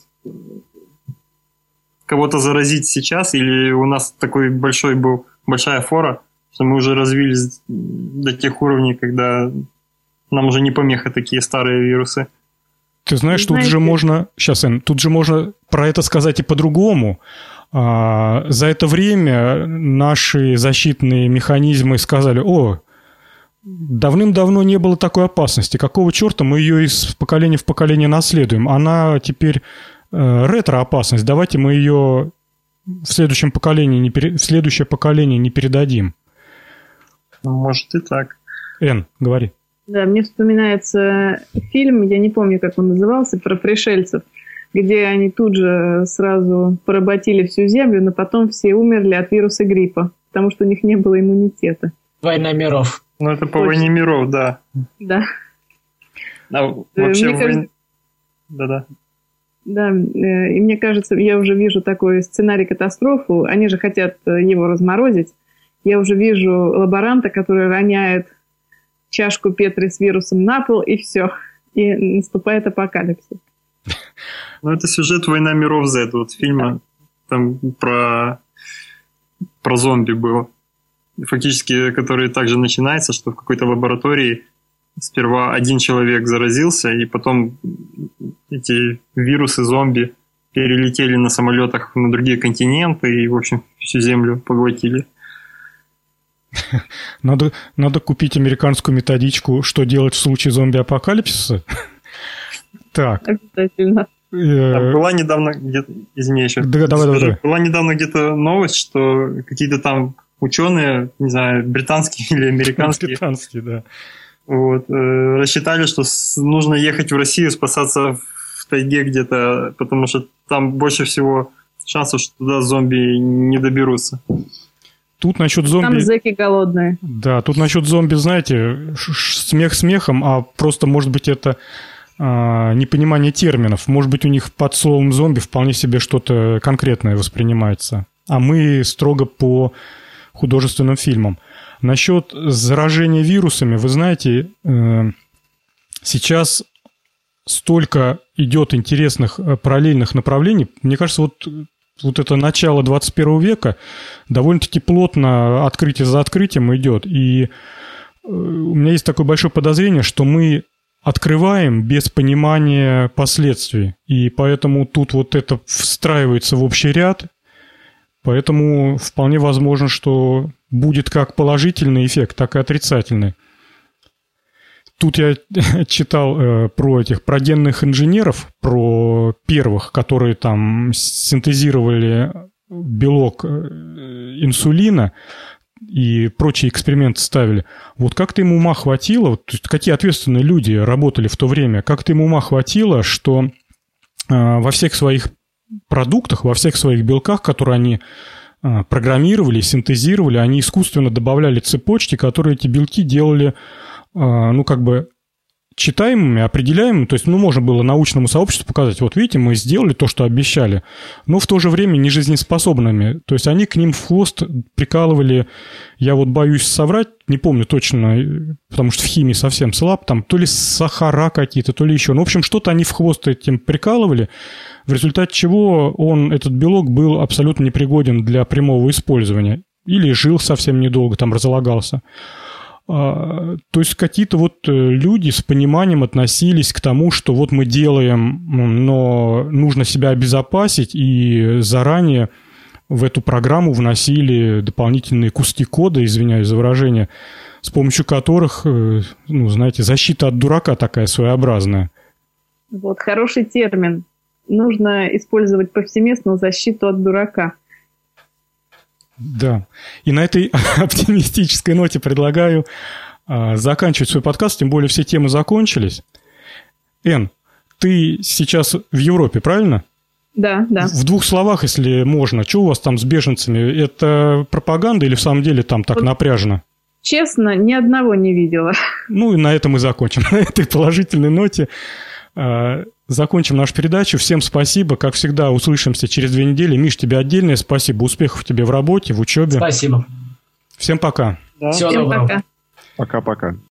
кого-то заразить сейчас, или у нас такой большой был, большая фора, что мы уже развились до тех уровней, когда... Нам уже не помеха такие старые вирусы. Ты знаешь, Знаете... тут же можно... Сейчас, Эн, тут же можно про это сказать и по-другому. А, за это время наши защитные механизмы сказали: о, давным-давно не было такой опасности. Какого черта мы ее из поколения в поколение наследуем? Она теперь э, ретро-опасность. Давайте мы ее в следующем поколении не пере... в следующее поколение не передадим. Может и так. Эн, говори. Да, мне вспоминается фильм, я не помню, как он назывался, про пришельцев, где они тут же сразу поработили всю Землю, но потом все умерли от вируса гриппа, потому что у них не было иммунитета. «Война миров». Ну, это по Точно. «Войне миров», да. Да. А вообще... Мне войн- кажется- Да-да. Да, э, и мне кажется, я уже вижу такой сценарий катастрофу. Они же хотят э, его разморозить. Я уже вижу лаборанта, который роняет чашку Петри с вирусом на пол, и все. И наступает апокалипсис. Ну, это сюжет «Война миров Z», вот фильма, там про, про зомби было. Фактически, который также начинается, что в какой-то лаборатории сперва один человек заразился, и потом эти вирусы, зомби перелетели на самолетах на другие континенты и, в общем, всю Землю поглотили. Надо, надо купить американскую методичку, что делать в случае зомби-апокалипсиса. Так. Обязательно. э, Была недавно где-то, извини, еще Да, давай, давай, давай. была недавно где-то новость, что какие-то там ученые, не знаю, британские или американские, Британский, да. вот, э, рассчитали, что с- нужно ехать в Россию, спасаться в тайге где-то, потому что там больше всего шансов, что туда зомби не доберутся. Тут насчет Там зомби... зэки голодные. Да, тут насчет зомби, знаете, ш- ш- смех смехом, а просто, может быть, это а, непонимание терминов. Может быть, у них под словом зомби вполне себе что-то конкретное воспринимается. А мы строго по художественным фильмам. Насчет заражения вирусами, вы знаете, э, сейчас столько идет интересных э, параллельных направлений. Мне кажется, вот, вот это начало двадцать первого века довольно-таки плотно открытие за открытием идет. И э, у меня есть такое большое подозрение, что мы открываем без понимания последствий. И поэтому тут вот это встраивается в общий ряд. Поэтому вполне возможно, что будет как положительный эффект, так и отрицательный. Тут я читал э, про этих про генных инженеров, про первых, которые там синтезировали белок э, инсулина и прочие эксперименты ставили. Вот как-то им ума хватило, вот, то есть какие ответственные люди работали в то время, как-то им ума хватило, что э, во всех своих продуктах, во всех своих белках, которые они э, программировали, синтезировали, они искусственно добавляли цепочки, которые эти белки делали, ну, как бы читаемыми, определяемыми, то есть, ну, можно было научному сообществу показать, вот видите, мы сделали то, что обещали, но в то же время не жизнеспособными, то есть они к ним в хвост прикалывали, я вот боюсь соврать, не помню точно, потому что в химии совсем слаб, там то ли сахара какие-то, то ли еще, ну, в общем, что-то они в хвост этим прикалывали, в результате чего он, этот белок, был абсолютно непригоден для прямого использования, или жил совсем недолго, там разлагался. То есть какие-то вот люди с пониманием относились к тому, что вот мы делаем, но нужно себя обезопасить, и заранее в эту программу вносили дополнительные куски кода, извиняюсь за выражение, с помощью которых, ну, знаете, защита от дурака такая своеобразная. Вот, хороший термин. Нужно использовать повсеместно защиту от дурака. Да. И на этой оптимистической ноте предлагаю а, заканчивать свой подкаст, тем более все темы закончились. Эн, ты сейчас в Европе, правильно? Да, да. В двух словах, если можно, что у вас там с беженцами? Это пропаганда или в самом деле там так вот напряжено? Честно, ни одного не видела. Ну и на этом мы закончим. На этой положительной ноте а, закончим нашу передачу. Всем спасибо. Как всегда, услышимся через две недели. Миш, тебе отдельное спасибо. Успехов тебе в работе, в учебе. Спасибо. Всем пока. Да. Всего Всем доброго. пока. Пока-пока.